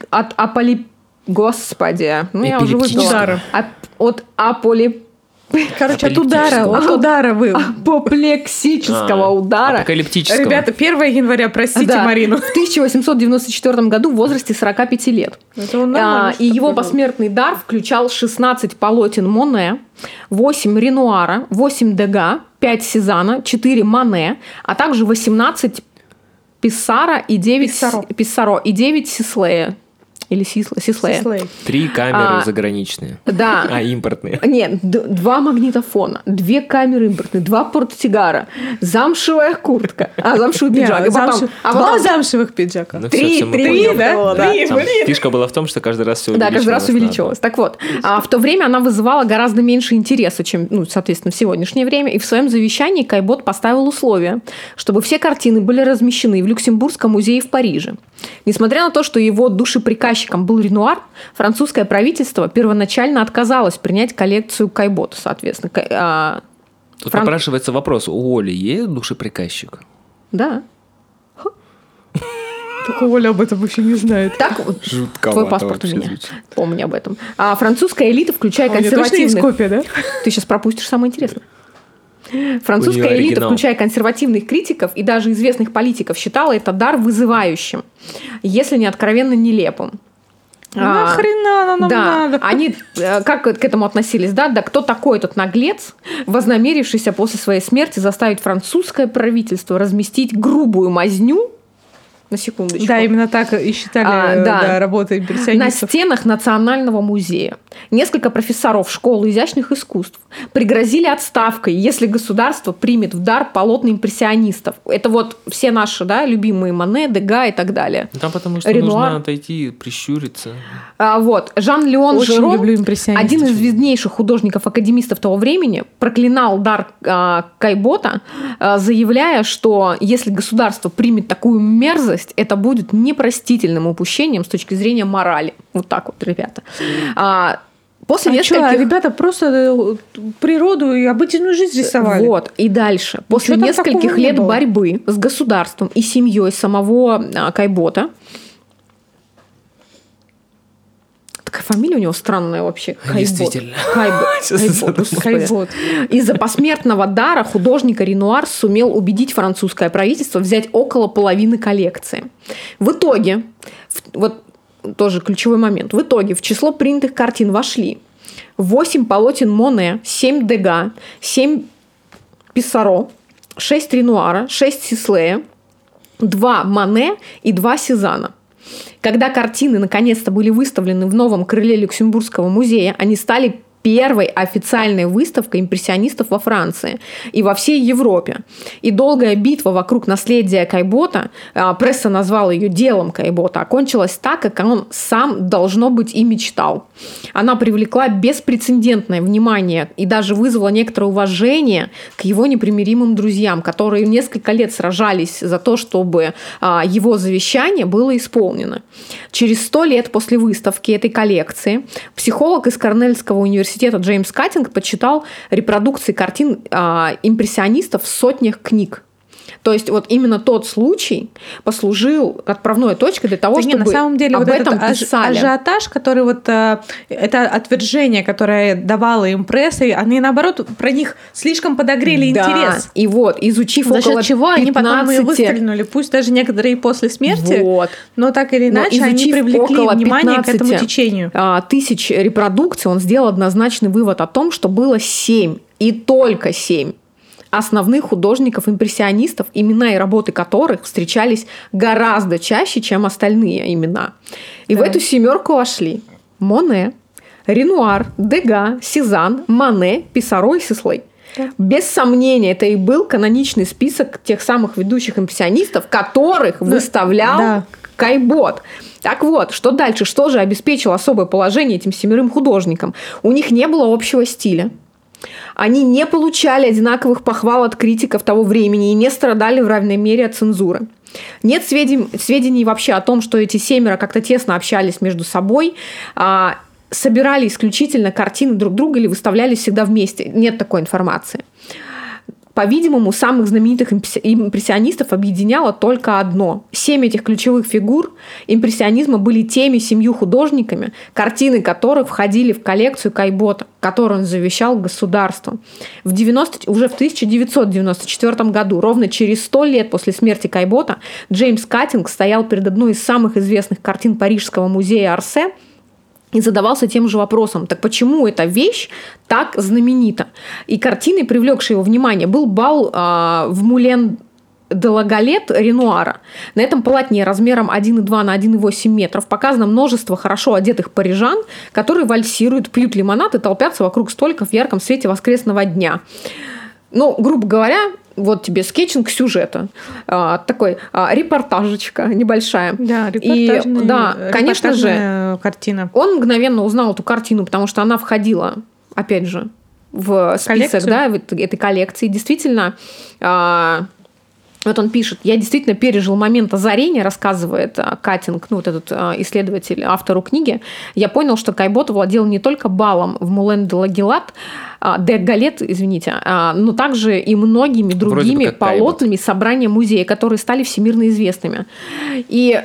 Господи, я уже выпила. От Короче, от удара вы. Апоплексического удара. Апокалиптического. Ребята, 1 января, простите Марину. В 1894 году в возрасте 45 лет. Это он нормально, и его посмертный дар включал 16 полотен Моне, 8 Ренуара, 8 Дега, 5 Сезана, 4 Мане, а также 18 Писсаро и 9 Сислея. Или Сислея. 3 камеры заграничные. Да. Импортные. Нет, 2 магнитофона, 2 камеры импортные, 2 портсигара, замшевая куртка, замшевый пиджак. Два замшевых пиджака. 3, да? Фишка была в том, что каждый раз все увеличивалось. Да, каждый раз увеличивалось. Так вот, в то время она вызывала гораздо меньше интереса, чем, соответственно, в сегодняшнее время. И в своем завещании Кайбот поставил условие, чтобы все картины были размещены в Люксембургском музее в Париже. Несмотря на то, что его душеприказчиком был Ренуар, французское правительство первоначально отказалось принять коллекцию Кайбота, соответственно. Тут напрашивается вопрос, у Оли есть душеприказчик? Да. Только Оля об этом еще не знает. Так, твой паспорт у меня. Помни об этом. Французская элита, включая консервативных... точно есть копия, да? Ты сейчас пропустишь самое интересное. Французская элита, включая консервативных критиков и даже известных политиков, считала это дар вызывающим, если не откровенно нелепым. Нахрена нам надо? Они как к этому относились? Да, кто такой этот наглец, вознамерившийся после своей смерти заставить французское правительство разместить грубую мазню, на секундочку. Да, именно так и считали работы импрессионистов. На стенах Национального музея. Несколько профессоров школы изящных искусств пригрозили отставкой, если государство примет в дар полотна импрессионистов. Это вот все наши любимые Моне, Дега и так далее. Там потому что Ренуар. Нужно отойти, прищуриться. Жан-Леон Очень Жером, люблю импрессионистов. один из виднейших художников-академистов того времени, проклинал дар Кайбота, заявляя, что если государство примет такую мерзость, это будет непростительным упущением с точки зрения морали. Вот так вот, ребята. После нескольких... ребята просто природу и обыденную жизнь рисовали. Вот, и дальше. После нескольких лет борьбы с государством и семьей самого Кайбота, такая фамилия у него странная вообще. Действительно. Кайбот. Из-за посмертного дара художника Ренуар сумел убедить французское правительство взять около половины коллекции. В итоге, вот тоже ключевой момент, в итоге в число принятых картин вошли 8 полотен Моне, 7 Дега, 7 Писсаро, 6 Ренуара, 6 Сислея, 2 Моне и 2 Сезана. Когда картины наконец-то были выставлены в новом крыле Люксембургского музея, они стали первой официальной выставкой импрессионистов во Франции и во всей Европе. И долгая битва вокруг наследия Кайбота, пресса назвала ее делом Кайбота, окончилась так, как он сам, должно быть, и мечтал. Она привлекла беспрецедентное внимание и даже вызвала некоторое уважение к его непримиримым друзьям, которые несколько лет сражались за то, чтобы его завещание было исполнено. Через 100 лет после выставки этой коллекции психолог из Корнельского университета Джеймс Каттинг подсчитал репродукции картин импрессионистов в сотнях книг. То есть вот именно тот случай послужил отправной точкой для того, чтобы на самом деле об вот этом этот писали. ажиотаж, который вот это отвержение, которое давала им пресса, они наоборот про них слишком подогрели интерес. И вот, изучив За около счет чего 15... они потом и выстрельнули, пусть даже некоторые после смерти, но так или иначе они привлекли внимание к этому течению. Тысяч репродукций, он сделал однозначный вывод о том, что было 7, и только 7 основных художников-импрессионистов, имена и работы которых встречались гораздо чаще, чем остальные имена. И в эту 7 вошли Моне, Ренуар, Дега, Сезанн, Мане, Писаро и Сислей. Да. Без сомнения, это и был каноничный список тех самых ведущих импрессионистов, которых выставлял Кайбот. Так вот, что дальше? Что же обеспечило особое положение этим 7 художникам? У них не было общего стиля. Они не получали одинаковых похвал от критиков того времени и не страдали в равной мере от цензуры. Нет сведений вообще о том, что эти 7 как-то тесно общались между собой, собирали исключительно картины друг друга или выставлялись всегда вместе. Нет такой информации. По-видимому, самых знаменитых импрессионистов объединяло только одно. 7 этих ключевых фигур импрессионизма были теми 7 художниками, картины которых входили в коллекцию Кайбота, которую он завещал государству. Уже в 1994 году, ровно через 100 лет после смерти Кайбота, Джеймс Каттинг стоял перед одной из самых известных картин Парижского музея Орсе и задавался тем же вопросом, так почему эта вещь так знаменита? И картиной, привлекшей его внимание, был бал в Мулен де ла Галет Ренуара. На этом полотне размером 1,2 на 1,8 метров показано множество хорошо одетых парижан, которые вальсируют, пьют лимонад и толпятся вокруг столиков в ярком свете воскресного дня. Ну, грубо говоря, вот тебе скетчинг сюжета. Такой репортажечка небольшая. Да, репортажная, и, да, конечно же, картина. Он мгновенно узнал эту картину, потому что она входила, опять же, в список, да, в этой коллекции. Действительно, вот он пишет, я действительно пережил момент озарения, рассказывает Каттинг, вот этот исследователь, автору книги. Я понял, что Кайбот владел не только балом в Мулен де ла Галет, извините, но также и многими другими полотнами собрания музея, которые стали всемирно известными. И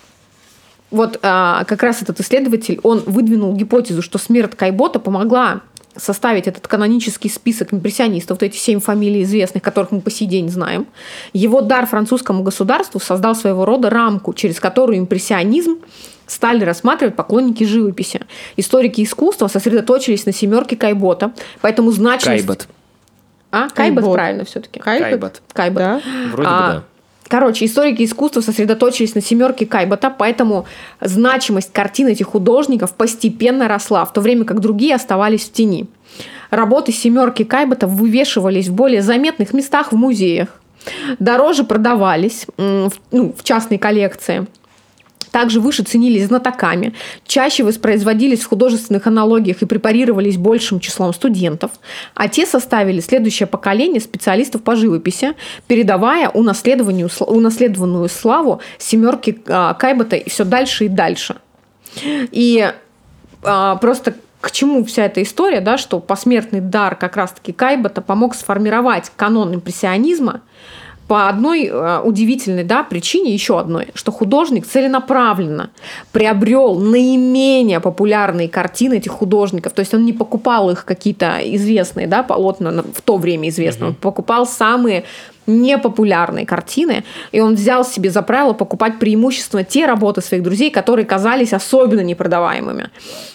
вот как раз этот исследователь, он выдвинул гипотезу, что смерть Кайбота помогла составить этот канонический список импрессионистов, вот эти 7 фамилий известных, которых мы по сей день знаем. Его дар французскому государству создал своего рода рамку, через которую импрессионизм стали рассматривать поклонники живописи. Историки искусства сосредоточились на 7 Кайбота, поэтому значимость... Кайбот. Кайбот правильно все-таки. Кайбот. Да. Вроде бы да. Короче, историки искусства сосредоточились на 7 Кайбота, поэтому значимость картин этих художников постепенно росла, в то время как другие оставались в тени. Работы 7 Кайбота вывешивались в более заметных местах в музеях, дороже продавались в частной коллекции. Также выше ценились знатоками, чаще воспроизводились в художественных аналогиях и препарировались большим числом студентов, а те составили следующее поколение специалистов по живописи, передавая унаследованную славу 7 Кайбота и все дальше и дальше. И просто к чему вся эта история, да, что посмертный дар как раз-таки Кайбота помог сформировать канон импрессионизма, по одной удивительной причине, еще одной, что художник целенаправленно приобрел наименее популярные картины этих художников. То есть он не покупал их какие-то известные полотна, в то время известные, он покупал самые непопулярные картины, и он взял себе за правило покупать преимущественно те работы своих друзей, которые казались особенно непродаваемыми.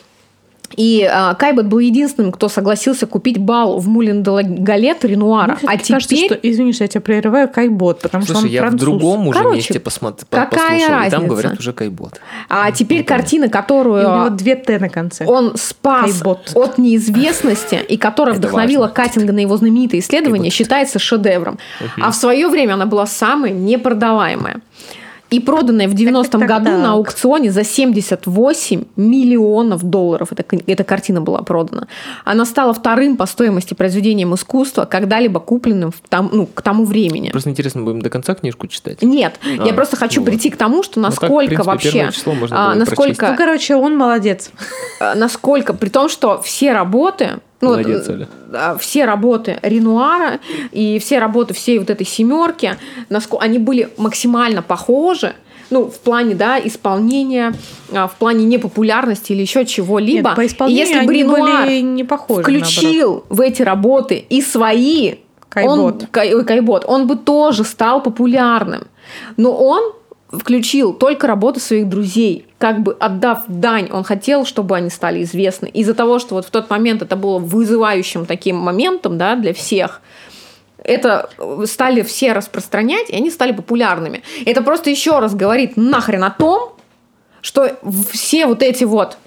И Кайбот был единственным, кто согласился купить бал в Мулен де ла Галет Ренуара. А теперь... кажется, что, извини, что я тебя прерываю, Кайбот, потому что он француз. Я в другом уже месте послушал, и там говорят уже Кайбот. А теперь картина, которую... И у него 2 Т на конце. Он спас Кайбот от неизвестности, и которая вдохновила Каттинга на его знаменитое исследование, считается шедевром. А в свое время она была самой непродаваемая. И проданная в 90-м году на аукционе за $78 миллионов. Эта картина была продана. Она стала вторым по стоимости произведением искусства, когда-либо купленным к тому времени. Просто интересно, будем до конца книжку читать? Нет, я просто хочу прийти к тому, что насколько вообще... он молодец. Насколько, при том, что все работы Ну, Молодец, Оля. Все работы Ренуара и все работы всей вот этой семерки, они были максимально похожи, ну, в плане, да, исполнения, в плане непопулярности или еще чего-либо. Нет, по исполнению и если бы они Ренуар были не похожи, включил наоборот. в эти работы и свои... Кайбот. Он бы тоже стал популярным. Но он включил только работы своих друзей. Как бы отдав дань, он хотел, чтобы они стали известны. Из-за того, что вот в тот момент это было вызывающим таким моментом, да, для всех, это стали все распространять, и они стали популярными. Это просто еще раз говорит нахрен о том, что все вот эти вот...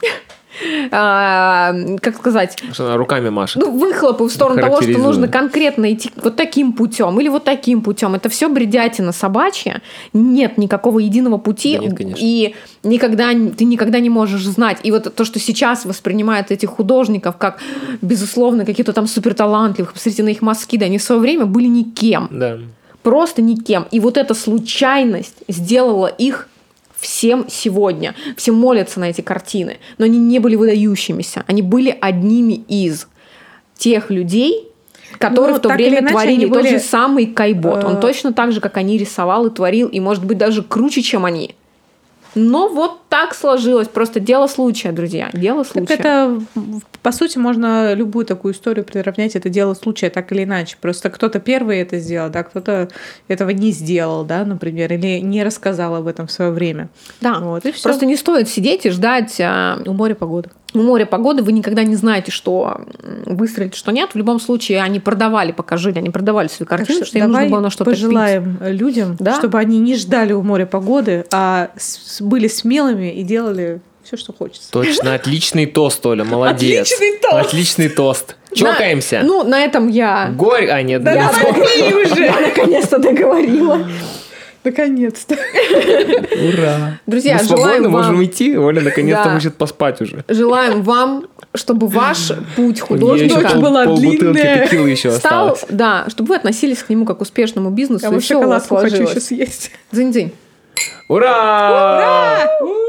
как сказать... Что она руками машет. Ну, выхлопы в сторону того, что нужно конкретно идти вот таким путем или вот таким путем. Это все бредятина собачья. Нет никакого единого пути. Да нет, конечно. И ты никогда не можешь знать. И вот то, что сейчас воспринимают этих художников как, безусловно, какие-то там суперталантливых. Посмотрите на их мазки. Да, они в свое время были никем. Да. Просто никем. И вот эта случайность сделала их всем сегодня. Все молятся на эти картины, но они не были выдающимися. Они были одними из тех людей, которые в то время творили тот же самый Кайбот. Он точно так же, как они, рисовал и творил, и, может быть, даже круче, чем они. Но вот так сложилось. Просто дело случая, друзья. Дело случая. Так это, по сути, можно любую такую историю приравнять. Это дело случая, так или иначе. Просто кто-то первый это сделал, да, кто-то этого не сделал, да, например, или не рассказал об этом в свое время. Да. Вот, и всё. Просто не стоит сидеть и ждать... У моря погода. У моря погоды вы никогда не знаете, что выстрелит, что нет. В любом случае, они продавали, пока жили, они продавали свои картины, потому что им нужно было на что-то пожелаем людям, да? чтобы они не ждали у моря погоды, а были смелыми и делали все, что хочется. Точно, отличный тост, Оля, молодец. Отличный тост. Отличный тост. Чокаемся. На этом я... Нет. Да договори уже! Я наконец-то договорила. Наконец-то. Ура. Друзья, Мы свободны, желаем вам... можем идти. Оля наконец-то Да. может поспать уже. Желаем вам, чтобы ваш путь Еще художника была полбутылки длинная. текилы еще стал... осталось. Да, чтобы вы относились к нему как к успешному бизнесу, Я и вот все у вас шоколадку хочу сложилось. еще съесть. Дзынь-дзынь. Ура! Ура!